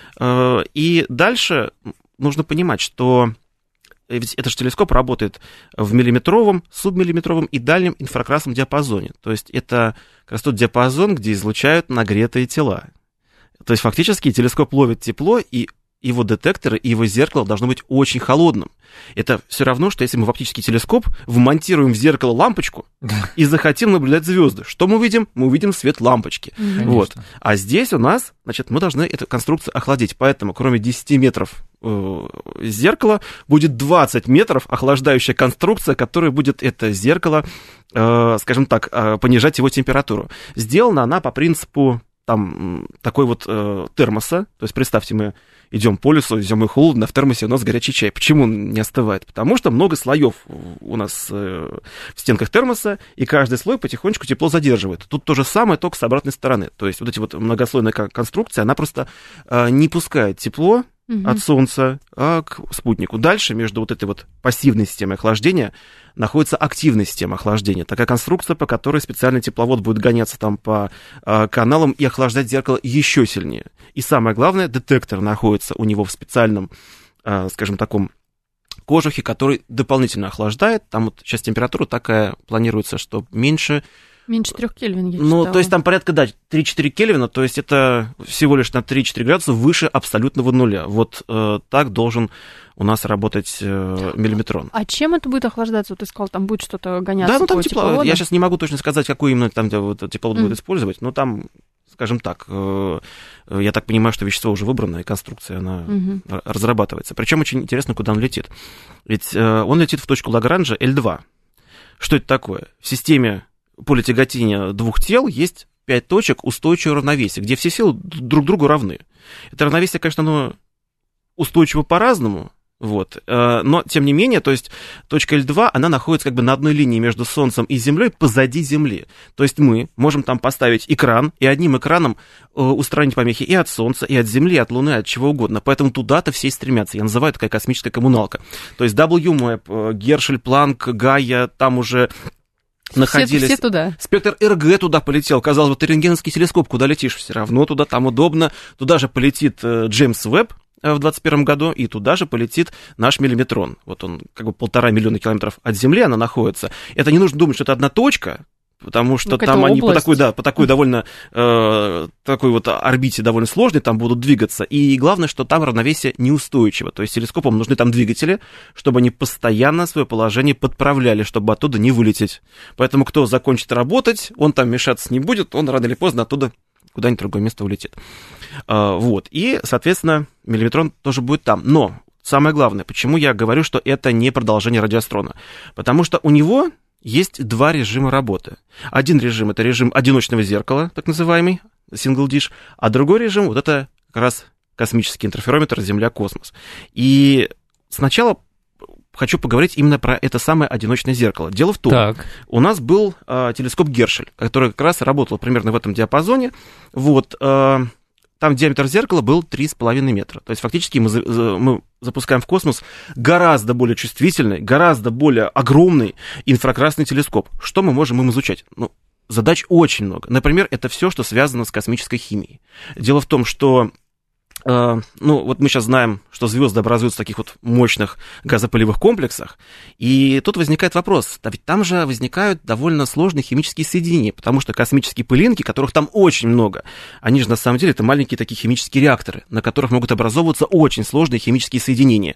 И дальше нужно понимать, что ведь этот же телескоп работает в миллиметровом, субмиллиметровом и дальнем инфракрасном диапазоне. То есть это как раз тот диапазон, где излучают нагретые тела. То есть фактически телескоп ловит тепло, и его детекторы, и его зеркало должно быть очень холодным. Это все равно, что если мы в оптический телескоп вмонтируем в зеркало лампочку и захотим наблюдать звезды. Что мы увидим? Мы увидим свет лампочки. Вот. А здесь у нас, значит, мы должны эту конструкцию охладить. Поэтому, кроме десяти метров э, зеркала, будет двадцать метров охлаждающая конструкция, которая будет это зеркало, э, скажем так, э, понижать его температуру. Сделана она по принципу там такой вот э, термоса. То есть, представьте, мы идем по лесу, зимой холодно, а в термосе у нас горячий чай. Почему он не остывает? Потому что много слоев у нас э, в стенках термоса, и каждый слой потихонечку тепло задерживает. Тут то же самое, только с обратной стороны. То есть вот эти вот многослойная конструкция, она просто э, не пускает тепло угу. от Солнца а к спутнику. Дальше между вот этой вот пассивной системой охлаждения находится активная система охлаждения. Такая конструкция, по которой специальный тепловод будет гоняться там по э, каналам и охлаждать зеркало еще сильнее. И самое главное, детектор находится у него в специальном, э, скажем, таком кожухе, который дополнительно охлаждает. Там вот сейчас температура такая планируется, что меньше... Меньше трех Кельвин, я Ну, читала. то есть там порядка, да, три-четыре Кельвина, то есть это всего лишь на три-четыре градуса выше абсолютного нуля. Вот э, так должен у нас работать э, миллиметрон. А чем это будет охлаждаться? Вот ты сказал, там будет что-то гоняться? Да, ну там тепло. тепловода? Я сейчас не могу точно сказать, какой именно там вот, тепловод mm. будет использовать, но там, скажем так, э, я так понимаю, что вещество уже выбрано, и конструкция, она mm-hmm. разрабатывается. Причем очень интересно, куда он летит. Ведь э, он летит в точку Лагранжа эль два. Что это такое? В системе поля тяготения двух тел есть пять точек устойчивого равновесия, где все силы друг другу равны. Это равновесие, конечно, оно устойчиво по-разному, Вот. Но, тем не менее, то есть точка Л два, она находится как бы на одной линии между Солнцем и Землей позади Земли. То есть мы можем там поставить экран и одним экраном устранить помехи и от Солнца, и от Земли, и от Луны, от чего угодно. Поэтому туда-то все и стремятся. Я называю это такая космическая коммуналка. То есть дабл ю мэп, Гершель, Планк, Гайя, там уже... находились. Все, все туда. Спектр Эр Гэ туда полетел. Казалось бы, ты рентгеновский телескоп, куда летишь? Все равно туда, там удобно. Туда же полетит Джеймс Уэбб в двадцать первом году, и туда же полетит наш миллиметрон. Вот он как бы полтора миллиона километров от Земли она находится. Это не нужно думать, что это одна точка, потому что ну, там они по такой, да, по такой довольно, э, такой вот орбите довольно сложной там будут двигаться. И главное, что там равновесие неустойчиво. То есть телескопам нужны там двигатели, чтобы они постоянно свое положение подправляли, чтобы оттуда не вылететь. Поэтому кто закончит работать, он там мешаться не будет, он рано или поздно оттуда куда-нибудь в другое место улетит. А, вот. И, соответственно, миллиметрон тоже будет там. Но самое главное, почему я говорю, что это не продолжение радиоастрона? Потому что у него есть два режима работы. Один режим — это режим одиночного зеркала, так называемый, single dish, а другой режим — вот это как раз космический интерферометр Земля-космос. И сначала хочу поговорить именно про это самое одиночное зеркало. Дело в том, так. у нас был э, телескоп Гершель, который как раз работал примерно в этом диапазоне. Вот, э, там диаметр зеркала был три с половиной метра. То есть фактически мы, мы запускаем в космос гораздо более чувствительный, гораздо более огромный инфракрасный телескоп. Что мы можем им изучать? Ну, задач очень много. Например, это все, что связано с космической химией. Дело в том, что ну, вот мы сейчас знаем, что звезды образуются в таких вот мощных газопылевых комплексах, и тут возникает вопрос, а ведь там же возникают довольно сложные химические соединения, потому что космические пылинки, которых там очень много, они же на самом деле это маленькие такие химические реакторы, на которых могут образовываться очень сложные химические соединения.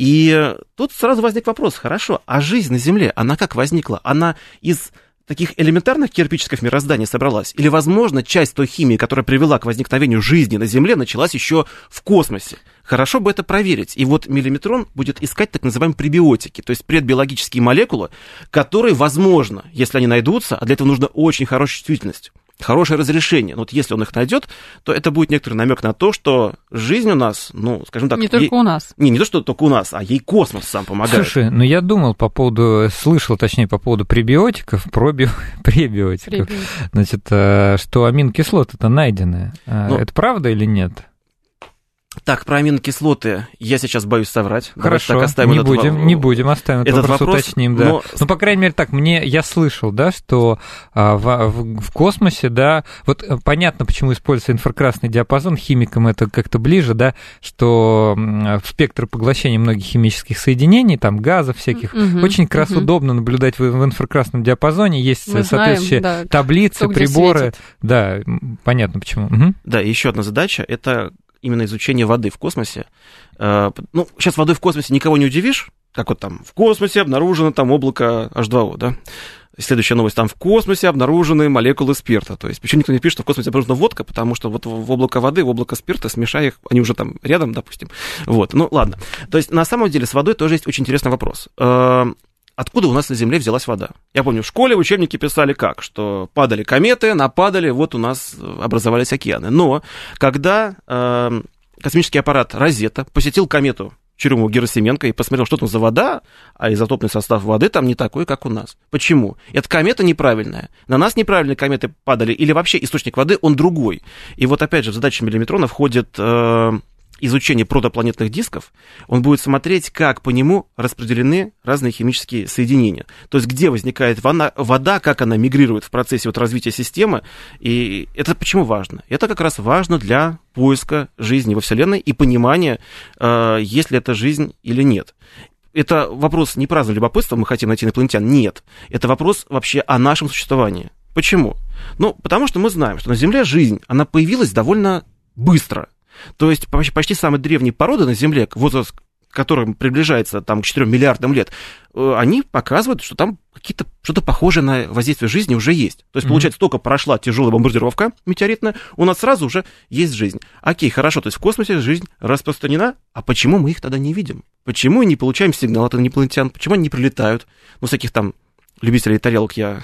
И тут сразу возник вопрос, хорошо, а жизнь на Земле, она как возникла? Она из таких элементарных кирпичиков мироздания собралась? Или, возможно, часть той химии, которая привела к возникновению жизни на Земле, началась еще в космосе? Хорошо бы это проверить. И вот миллиметрон будет искать так называемые пребиотики, то есть предбиологические молекулы, которые, возможно, если они найдутся, а для этого нужна очень хорошая чувствительность, хорошее разрешение. Но вот если он их найдет, то это будет некоторый намек на то, что жизнь у нас, ну, скажем так... Не только ей... у нас. Не, не то, что только у нас, а ей космос сам помогает. Слушай, ну я думал по поводу, слышал, точнее, по поводу пребиотиков, проби... пребиотиков, Пребиотик. Значит, что аминокислоты-то найдены. Ну, это правда или нет? Так, про аминокислоты я сейчас боюсь соврать. Хорошо, так оставим не, будем, в... не будем, оставим этот, этот вопрос, вопрос, уточним, да. Но... Ну, по крайней мере, так, мне, я слышал, да, что а, в, в, в космосе, да, вот понятно, почему используется инфракрасный диапазон, химикам это как-то ближе, да, что в спектр поглощения многих химических соединений, там, газов всяких, угу, очень как раз угу. удобно наблюдать в, в инфракрасном диапазоне, есть Мы соответствующие знаем, да, таблицы, кто, приборы, да, понятно почему. Угу. Да, еще одна задача, это... именно изучение воды в космосе. Ну, сейчас водой в космосе никого не удивишь, как вот там в космосе обнаружено там облако эйч два о, да? Следующая новость, там в космосе обнаружены молекулы спирта. То есть почему никто не пишет, что в космосе обнаружена водка, потому что вот в облако воды, в облако спирта, смешай их, они уже там рядом, допустим. Вот, ну ладно. То есть на самом деле с водой тоже есть очень интересный вопрос. Откуда у нас на Земле взялась вода? Я помню, в школе в учебнике писали как, что падали кометы, нападали, вот у нас образовались океаны. Но когда э, космический аппарат «Розетта» посетил комету Чурюмова-Герасименко и посмотрел, что там за вода, а изотопный состав воды там не такой, как у нас. Почему? Эта комета неправильная. На нас неправильные кометы падали, или вообще источник воды, он другой. И вот опять же в задачу миллиметрона входит... Э, изучение протопланетных дисков, он будет смотреть, как по нему распределены разные химические соединения. То есть, где возникает вода, вода, как она мигрирует в процессе вот развития системы. И это почему важно? Это как раз важно для поиска жизни во Вселенной и понимания, э, есть ли это жизнь или нет. Это вопрос не праздного любопытства, мы хотим найти инопланетян. Нет. Это вопрос вообще о нашем существовании. Почему? Ну, потому что мы знаем, что на Земле жизнь, она появилась довольно быстро. То есть почти, почти самые древние породы на Земле, возраст которым приближается там, к четырем миллиардам лет, они показывают, что там какие-то, что-то похожее на воздействие жизни уже есть. То есть, mm-hmm. получается, только прошла тяжелая бомбардировка метеоритная, у нас сразу уже есть жизнь. Окей, хорошо, то есть в космосе жизнь распространена, а почему мы их тогда не видим? Почему не получаем сигнал от инопланетян? Почему они не прилетают? Ну, всяких там любителей тарелок я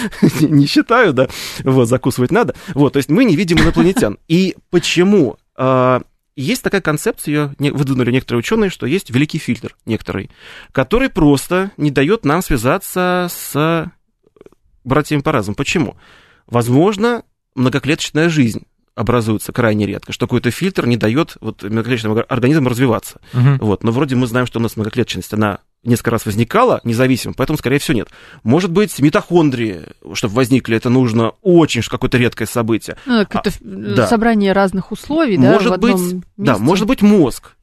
не считаю, да, вот, закусывать надо. Вот, то есть мы не видим инопланетян. И почему... есть такая концепция, ее выдвинули некоторые ученые, что есть великий фильтр некоторый, который просто не дает нам связаться с братьями по разуму. Почему? Возможно, многоклеточная жизнь образуется крайне редко, что какой-то фильтр не дает вот, многоклеточному организму развиваться. Угу. Вот. Но вроде мы знаем, что у нас многоклеточность, она несколько раз возникала независимо, поэтому, скорее всего, нет. Может быть, митохондрии, чтобы возникли, это нужно очень какое-то редкое событие. Ну, это а, да. собрание разных условий, да, может в одном быть, месте. Да, может быть, мозг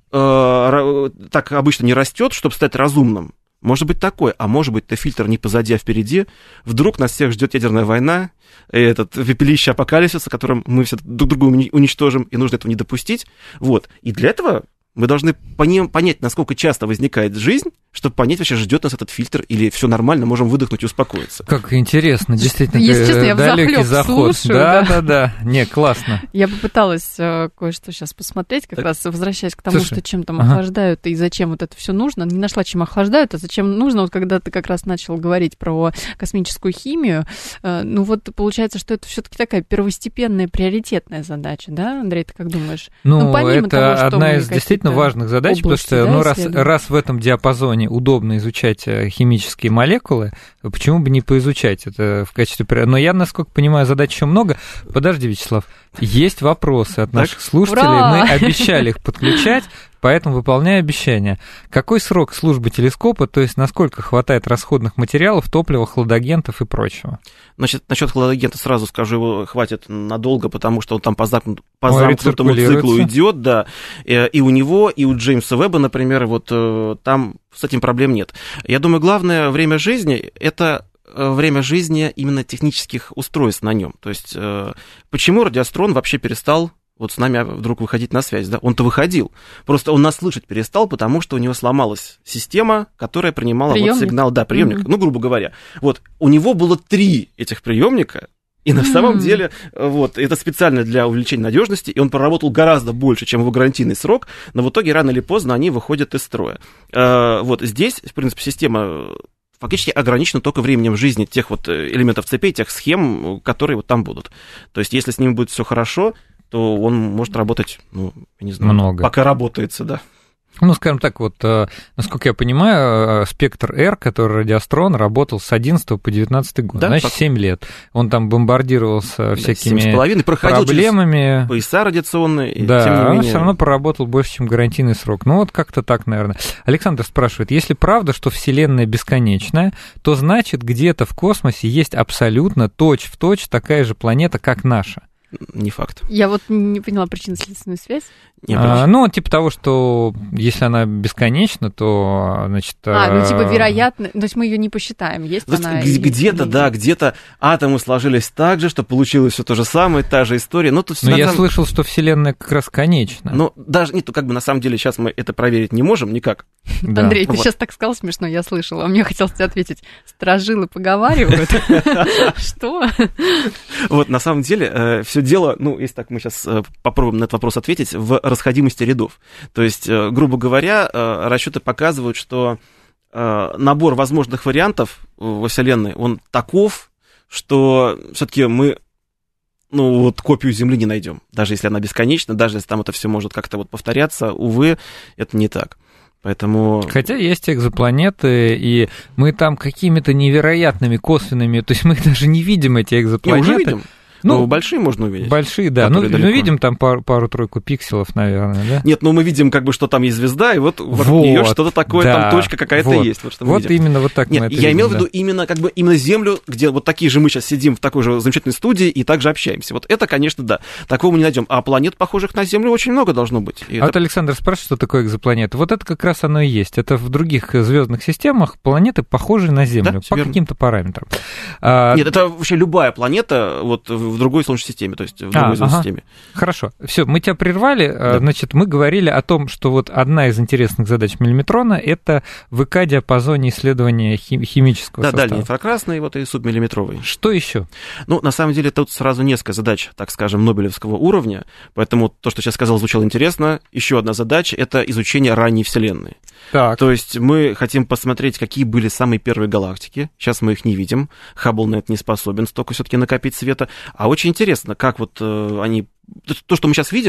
э, так обычно не растет, чтобы стать разумным. Может быть такое, а может быть, это фильтр не позади, а впереди. Вдруг нас всех ждет ядерная война, этот пепелище апокалипсиса, которым мы все друг друга уничтожим, и нужно этого не допустить. Вот. И для этого мы должны понять, насколько часто возникает жизнь, чтобы понять, вообще ждет нас этот фильтр, или все нормально, можем выдохнуть и успокоиться. Как интересно, действительно, если честно, я далекий заход. Слушаю, да, да, да, да. Не, классно. Я попыталась э, кое-что сейчас посмотреть, как так, раз возвращаясь к тому, слушай, что чем там ага. охлаждают и зачем вот это все нужно. Не нашла, чем охлаждают, а зачем нужно. Вот когда ты как раз начал говорить про космическую химию, э, ну вот получается, что это все-таки такая первостепенная, приоритетная задача, да, Андрей, ты как думаешь? Ну, ну это того, что одна из действительно важных задач, потому что да, ну, раз, раз в этом диапазоне удобно изучать химические молекулы, почему бы не поизучать это в качестве... Но я, насколько понимаю, задач еще много. Подожди, Вячеслав, есть вопросы от наших так? слушателей, Ура! Мы обещали их подключать, поэтому выполняю обещание. Какой срок службы телескопа, то есть насколько хватает расходных материалов, топлива, хладагентов и прочего? Значит, насчет хладагента сразу скажу, его хватит надолго, потому что он там по, замкнут, по замкнутому циклу идет, да, и у него, и у Джеймса Веба, например, вот там с этим проблем нет. Я думаю, главное время жизни – это время жизни именно технических устройств на нем. То есть, почему радиоастрон вообще перестал вот с нами вдруг выходить на связь, да? Он-то выходил, просто он нас слышать перестал, потому что у него сломалась система, которая принимала вот сигнал, да, приемник, mm-hmm. ну, грубо говоря. Вот, у него было три этих приемника, и на mm-hmm. самом деле, вот, это специально для увеличения надежности, и он проработал гораздо больше, чем его гарантийный срок, но в итоге рано или поздно они выходят из строя. Вот здесь, в принципе, система фактически ограничена только временем жизни тех вот элементов цепей, тех схем, которые вот там будут. То есть, если с ними будет все хорошо, то он может работать, ну, я не знаю, много. Пока работается, да. Ну, скажем так, вот, насколько я понимаю, спектр R, который радиоастрон, работал с одиннадцатого по девятнадцатый год, да, значит, семь лет. Он там бомбардировался всякими проблемами. Пояса радиационные, и да, тем не менее... он все равно проработал больше, чем гарантийный срок. Ну, вот как-то так, наверное. Александр спрашивает, если правда, что Вселенная бесконечная, то значит, где-то в космосе есть абсолютно точь-в-точь такая же планета, как наша. Не факт. Я вот не поняла причинно-следственную связь. А, ну, типа того, что если она бесконечна, то, значит... А, ну, типа, вероятно... То есть мы ее не посчитаем, есть то она... Есть, где-то, или... да, где-то атомы сложились так же, что получилось все то же самое, та же история. Но, тут Но я самом... слышал, что Вселенная как раз конечна. Ну, даже... Нет, как бы на самом деле сейчас мы это проверить не можем никак. Да. Андрей, ты вот. Сейчас так сказал смешно, я слышала. А мне хотелось тебе ответить, сторожилы поговаривают. Что? Вот, на самом деле, все дело, ну, если так мы сейчас попробуем на этот вопрос ответить, в расходимости рядов. То есть, грубо говоря, расчеты показывают, что набор возможных вариантов во Вселенной, он таков, что все-таки мы, ну, вот копию Земли не найдем. Даже если она бесконечна, даже если там это все может как-то вот повторяться, увы, это не так. Поэтому... Хотя есть экзопланеты, и мы там какими-то невероятными косвенными, то есть мы даже не видим эти экзопланеты. Не, уже видим. Ну, ну, большие можно увидеть. Большие, да. Ну, мы видим там пару, пару-тройку пикселов, наверное, да? Нет, ну мы видим, как бы, что там есть звезда, и вот вокруг вот, нее что-то такое, да, там точка какая-то вот, есть. Вот, что вот именно вот так Нет, мы это я видим, имел да. в виду именно, как бы, именно Землю, где вот такие же мы сейчас сидим в такой же замечательной студии и также общаемся. Вот это, конечно, да. Такого мы не найдем. А планет, похожих на Землю, очень много должно быть. И а это... вот Александр спрашивает, что такое экзопланета. Вот это как раз оно и есть. Это в других звездных системах планеты, похожие на Землю, да, по верно. Каким-то параметрам. А... Нет, это вообще любая планета вот в другой Солнечной системе. То есть в другой а, ага. системе. Хорошо. Все, мы тебя прервали. Да. Значит, мы говорили о том, что вот одна из интересных задач миллиметрона — это ВК-диапазоне исследования хим- химического да, состава. Да, дальний инфракрасный, вот и субмиллиметровый. Что еще? Ну, на самом деле, тут сразу несколько задач, так скажем, нобелевского уровня, поэтому то, что сейчас сказал, звучало интересно. Еще одна задача — это изучение ранней Вселенной. Так. То есть мы хотим посмотреть, какие были самые первые галактики. Сейчас мы их не видим. Хаббл на это не способен столько все-таки накопить света. А очень интересно, как вот э, они... То, что мы сейчас видим,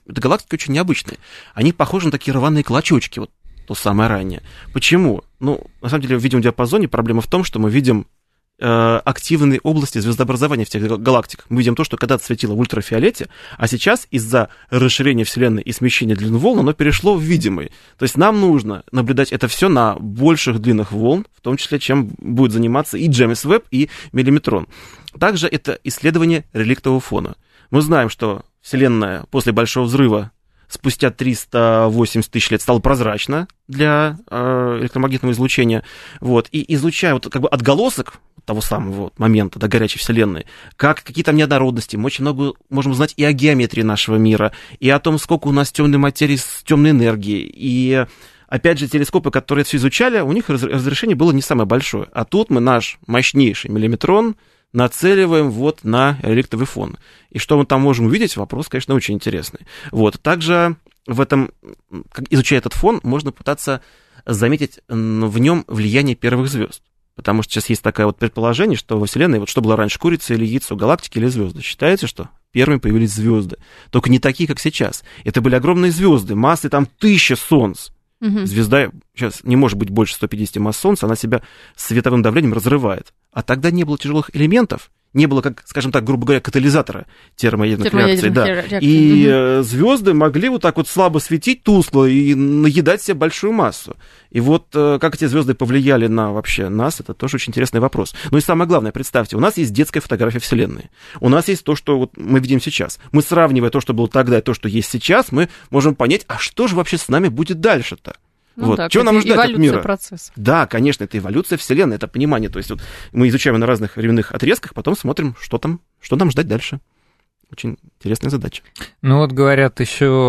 Это галактики очень необычные. Они похожи на такие рваные клочочки, вот то самое раннее. Почему? Ну, на самом деле, в видимом диапазоне проблема в том, что мы видим активные области звездообразования в тех галактиках. Мы видим то, что когда-то светило в ультрафиолете, а сейчас из-за расширения Вселенной и смещения длин волн оно перешло в видимые. То есть нам нужно наблюдать это все на больших длинах волн, в том числе, чем будет заниматься и Джеймс Уэбб, и миллиметрон. Также это исследование реликтового фона. Мы знаем, что Вселенная после Большого взрыва спустя триста восемьдесят тысяч лет стала прозрачна для э, электромагнитного излучения. Вот. И излучая вот, как бы отголосок того самого вот момента, до горячей Вселенной, как какие там неоднородности, мы очень много можем узнать и о геометрии нашего мира, и о том, сколько у нас темной материи с темной энергией. И опять же, телескопы, которые это все изучали, у них разрешение было не самое большое. А тут мы наш мощнейший миллиметрон нацеливаем вот на реликтовый фон. И что мы там можем увидеть, вопрос, конечно, очень интересный. Вот. Также в этом, изучая этот фон, можно пытаться заметить в нем влияние первых звезд. Потому что сейчас есть такое вот предположение, что во Вселенной, вот что было раньше, курица или яйцо, галактики или звезды. Считается, что первыми появились звезды. Только не такие, как сейчас. Это были огромные звезды, массой там тысячи солнц. Угу. Звезда сейчас не может быть больше ста пятидесяти масс Солнца, она себя световым давлением разрывает. А тогда не было тяжелых элементов, не было, как, скажем так, грубо говоря, катализатора термоядерных реакций. Да. Реакции. И угу. звезды могли вот так вот слабо светить, тускло, и наедать себе большую массу. И вот как эти звезды повлияли на вообще нас, это тоже очень интересный вопрос. Ну и самое главное, представьте, у нас есть детская фотография Вселенной. У нас есть то, что вот мы видим сейчас. Мы, сравнивая то, что было тогда, и то, что есть сейчас, мы можем понять, а что же вообще с нами будет дальше-то? Ну, вот. Так, Чего нам ждать от мира? Процесса. Да, конечно, это эволюция Вселенной, это понимание. То есть вот мы изучаем на разных временных отрезках, потом смотрим, что там, что нам ждать дальше. Очень интересная задача. Ну вот говорят,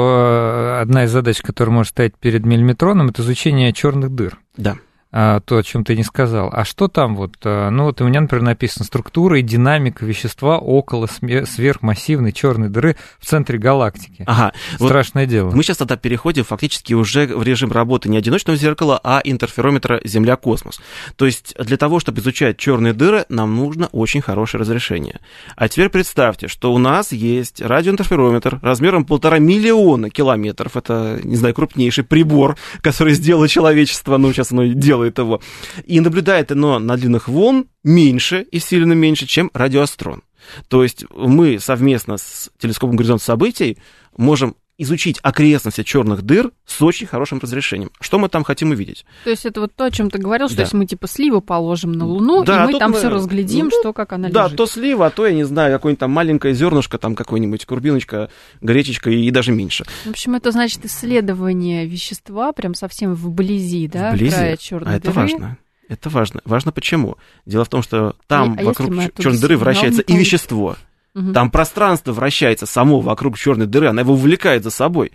еще одна из задач, которая может стоять перед миллиметроном, это изучение черных дыр. Да. А, то, о чем ты не сказал. А что там вот? Ну вот у меня, например, написано: структура и динамика вещества около сверхмассивной черной дыры в центре галактики. Ага. Страшное вот дело. Мы сейчас тогда переходим фактически уже в режим работы не одиночного зеркала, а интерферометра Земля-космос. То есть для того, чтобы изучать черные дыры, нам нужно очень хорошее разрешение. А теперь представьте, что у нас есть радиоинтерферометр размером полтора миллиона километров. Это, не знаю, крупнейший прибор, который сделало человечество, ну сейчас оно делает его, и наблюдает оно на длинах волн меньше и сильно меньше, чем радиоастрон. То есть мы совместно с телескопом «Горизонт событий» можем изучить окрестности черных дыр с очень хорошим разрешением. Что мы там хотим увидеть? То есть это вот то, о чем ты говорил, что да. если мы типа сливу положим на Луну, да, и мы там мы... все разглядим, ну, что как она да, лежит. Да, то слива, а то, я не знаю, какое-нибудь там маленькое зернышко, там какое-нибудь курбиночка, гречечка и, и даже меньше. В общем, это значит исследование вещества прям совсем вблизи, да, вблизи? края черной а дыры. Это важно. Это важно. Важно почему? Дело в том, что там а вокруг черной дыры вращается и вещество. Угу. Там пространство вращается само вокруг черной дыры, она его увлекает за собой.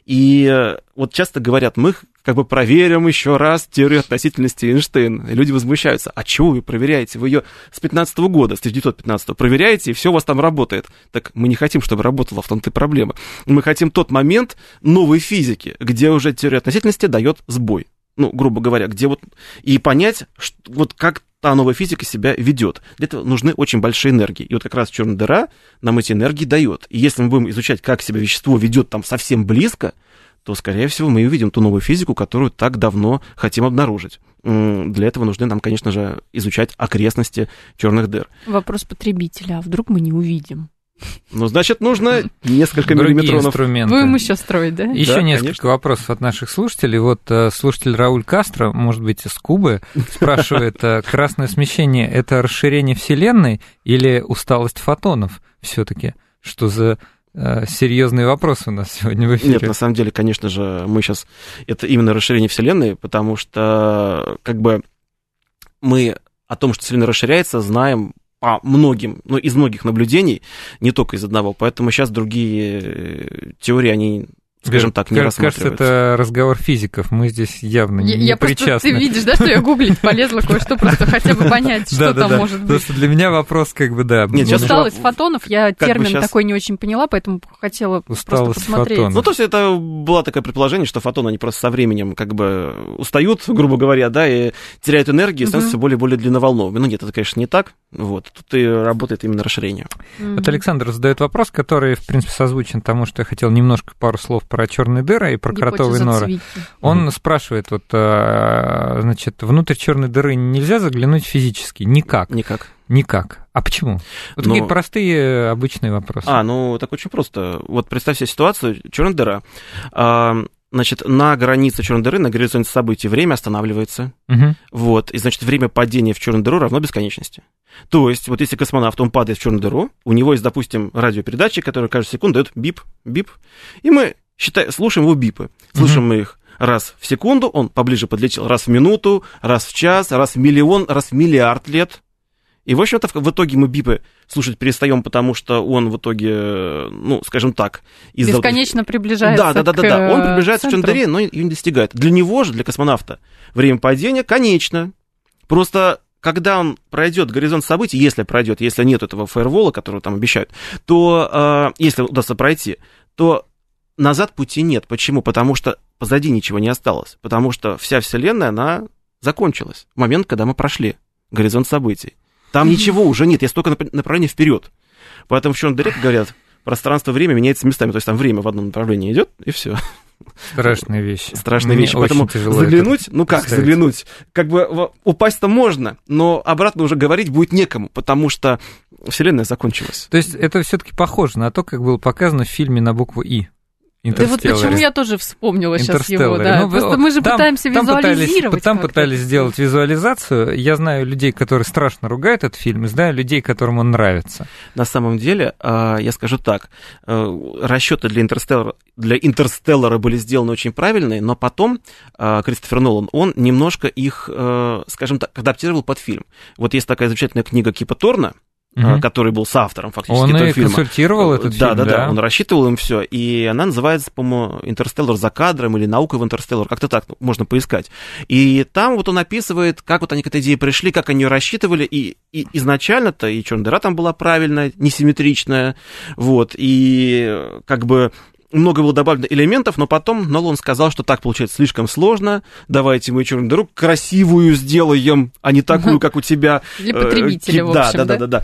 И вот часто говорят, мы как бы проверим еще раз теорию относительности Эйнштейна. И люди возмущаются. А чего вы проверяете? Вы ее с пятнадцатого года, с тысяча девятьсот пятнадцатого проверяете, и все у вас там работает. Так мы не хотим, чтобы работало, в том-то и проблема. Мы хотим тот момент новой физики, где уже теория относительности дает сбой. Ну, грубо говоря, где вот... И понять, что, вот как та новая физика себя ведет. Для этого нужны очень большие энергии. И вот как раз черная дыра нам эти энергии дает. И если мы будем изучать, как себя вещество ведет там совсем близко, то, скорее всего, мы увидим ту новую физику, которую так давно хотим обнаружить. Для этого нужны нам, конечно же, изучать окрестности черных дыр. Вопрос потребителя. А вдруг мы не увидим? Ну, значит, нужно несколько Другие миллиметронов. Инструменты. Будем еще строить, да? Еще да, несколько конечно. вопросов от наших слушателей. Вот слушатель Рауль Кастро, может быть, из Кубы, спрашивает: красное смещение – это расширение Вселенной или усталость фотонов все-таки? Что за серьезные вопросы у нас сегодня в эфире? Нет, на самом деле, конечно же, мы сейчас... Это именно расширение Вселенной, потому что как бы мы о том, что Вселенная расширяется, знаем по многим, ну, из многих наблюдений, не только из одного. Поэтому сейчас другие теории, они скажем так, не рассматривается. Кажется, это разговор физиков, мы здесь явно не, не причастны. Просто, ты видишь, да, что я гуглить полезла кое-что, просто хотя бы понять, что там может быть. Просто для меня вопрос как бы, да. Усталость фотонов, я термин такой не очень поняла, поэтому хотела просто посмотреть. Ну, то есть это было такое предположение, что фотоны, они просто со временем как бы устают, грубо говоря, да, и теряют энергию, и становятся все более и более длинноволновыми. Ну, нет, это, конечно, не так. Вот. Тут и работает именно расширение. Вот Александр задает вопрос, который, в принципе, созвучен тому, что я хотел немножко пару слов про черные дыры и про кротовые норы. Он mm-hmm. спрашивает, вот, значит, внутрь черной дыры нельзя заглянуть физически? Никак. Никак. Никак. А почему? Вот Но... такие простые, обычные вопросы. А, ну, так очень просто. Вот представь себе ситуацию, черная дыра. А, значит, на границе черной дыры, на горизонте событий время останавливается. Угу. Вот, и, значит, время падения в черную дыру равно бесконечности. То есть, вот если космонавт, он падает в черную дыру, у него есть, допустим, радиопередатчик, который каждую секунду дает бип, бип, и мы считаем, слушаем его бипы. Слушаем угу. мы их раз в секунду, он поближе подлетел, раз в минуту, раз в час, раз в миллион, раз в миллиард лет. И, в общем-то, в итоге мы бипы слушать перестаем, потому что он в итоге, ну, скажем так... Из-за... Бесконечно приближается да, да, да, к да, да. Он приближается центру. к черной дыре, но ее не достигает. Для него же, для космонавта, время падения конечно. Просто когда он пройдет горизонт событий, если пройдет, если нет этого фаервола, которого там обещают, то, э, если удастся пройти, то назад пути нет. Почему? Потому что позади ничего не осталось. Потому что вся Вселенная, она закончилась в момент, когда мы прошли горизонт событий. Там ничего уже нет, есть только направление вперед. Поэтому в черной дыре, как говорят, пространство-время меняется местами. То есть там время в одном направлении идет, и все. Страшная вещь. Страшная вещь. Поэтому заглянуть, ну как представить. заглянуть? Как бы упасть-то можно, но обратно уже говорить будет некому, потому что Вселенная закончилась. То есть это все-таки похоже на то, как было показано в фильме на букву «И». Да вот почему я тоже вспомнила сейчас его, да. Ну, просто мы же там, пытаемся там визуализировать. Пытались, там пытались сделать визуализацию. Я знаю людей, которые страшно ругают этот фильм, и знаю людей, которым он нравится. На самом деле, я скажу так, расчеты для Интерстеллара, для Интерстеллара были сделаны очень правильные, но потом Кристофер Нолан, он немножко их, скажем так, адаптировал под фильм. Вот есть такая замечательная книга Кипа Торна, Uh-huh. который был соавтором фактически он этого и фильма. Он консультировал этот да, фильм, да, да, да, он рассчитывал им все, и она называется, по-моему, «Интерстеллар за кадром» или «Наука в Интерстеллар», как-то так можно поискать. И там вот он описывает, как вот они к этой идее пришли, как они ее рассчитывали, и, и изначально-то и черная дыра там была правильная, несимметричная, вот, и как бы много было добавлено элементов, но потом Нолан сказал, что так получается слишком сложно, давайте мы черную дыру красивую сделаем, а не такую, как у тебя. Для потребителя, в да, общем, да, да, да, да.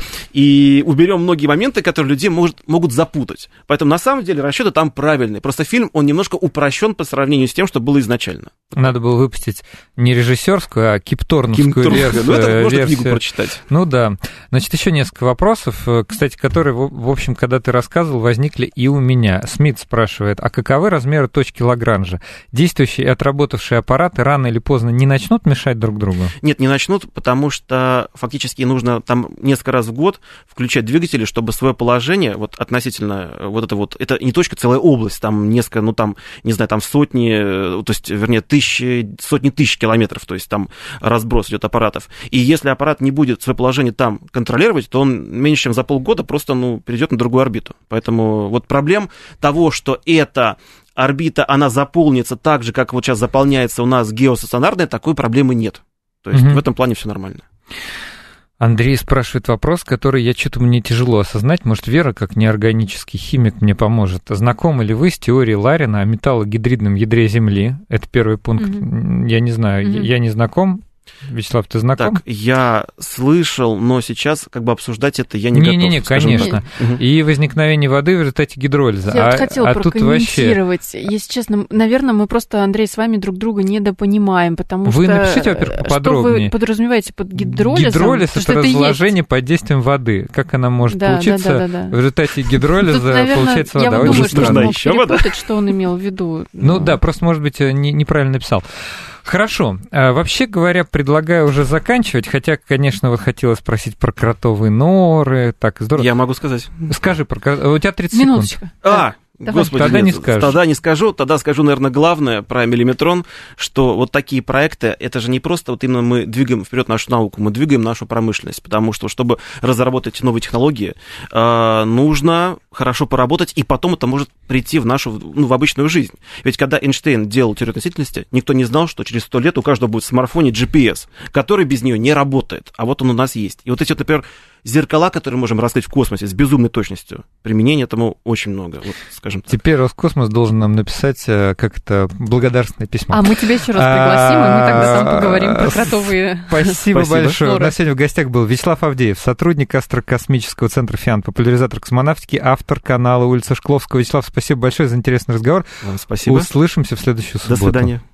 И уберем многие моменты, которые людей может, могут запутать. Поэтому на самом деле расчеты там правильные. Просто фильм, он немножко упрощен по сравнению с тем, что было изначально. Надо было выпустить не режиссерскую, а кипторновскую версию. Ну, это можно книгу прочитать. Ну да. Значит, еще несколько вопросов, кстати, которые, в общем, когда ты рассказывал, возникли и у меня. Смит спрашивает, а каковы размеры точки Лагранжа? Действующие и отработавшие аппараты рано или поздно не начнут мешать друг другу? Нет, не начнут, потому что фактически нужно там несколько раз в год включать двигатели, чтобы свое положение вот относительно вот это вот, это не точка, целая область, там несколько, ну там, не знаю, там сотни, то есть, вернее, тысячи, сотни тысяч километров, то есть там разброс идет аппаратов. И если аппарат не будет свое положение там контролировать, то он меньше, чем за полгода просто, ну, перейдет на другую орбиту. Поэтому вот проблем того, что эта орбита, она заполнится так же, как вот сейчас заполняется у нас геостационарная, такой проблемы нет. То есть mm-hmm. в этом плане все нормально. Андрей спрашивает вопрос, который я что-то мне тяжело осознать. Может, Вера, как неорганический химик, мне поможет. Знакомы ли вы с теорией Ларина о металлогидридном ядре Земли? Это первый пункт. Mm-hmm. Я не знаю, mm-hmm. я не знаком. Вячеслав, ты знаком? Так, я слышал, но сейчас как бы обсуждать это я не, не готов. Не-не-не, конечно. Так. И возникновение воды в результате гидролиза. Я а, вот хотела а прокомментировать. Вообще... Если честно, наверное, мы просто, Андрей, с вами друг друга недопонимаем, потому вы что... Вы напишите, во-первых, поподробнее. Что вы подразумеваете под гидролизом? Гидролиз — это разложение есть... под действием воды. Как она может да, получиться? Да, да, да, да. В результате гидролиза Тут, наверное, получается вода. Я вот думаю, что он мог еще перепутать, вода? что он имел в виду. Ну да, просто, может быть, не, неправильно написал. Хорошо. А, вообще говоря, предлагаю уже заканчивать, хотя, конечно, вот хотела спросить про кротовые норы. Так, здорово. Я могу сказать. Скажи про кротовые. У тебя тридцать Минуточку. секунд. А, Господи, тогда нет, не скажешь. Тогда не скажу. Тогда скажу, наверное, главное про миллиметрон, что вот такие проекты, это же не просто вот именно мы двигаем вперед нашу науку, мы двигаем нашу промышленность, потому что, чтобы разработать новые технологии, нужно хорошо поработать, и потом это может прийти в нашу, ну, в обычную жизнь. Ведь когда Эйнштейн делал теорию относительности, никто не знал, что через сто лет у каждого будет в смартфоне джи пи эс, который без нее не работает, а вот он у нас есть. И вот эти, вот, например, зеркала, которые можем раскрыть в космосе с безумной точностью, применения этому очень много, вот, скажем так. Теперь Роскосмос должен нам написать как это благодарственное письмо. А мы тебя еще раз пригласим, и мы тогда там поговорим про кротовые. Спасибо большое. У нас сегодня в гостях был Вячеслав Авдеев, сотрудник Астрокосмического центра ФИАН, популяризатор космонавтики, автор канала улица Шкловского. Вячеслав, спасибо большое за интересный разговор. Вам спасибо. Услышимся в следующую субботу. До свидания.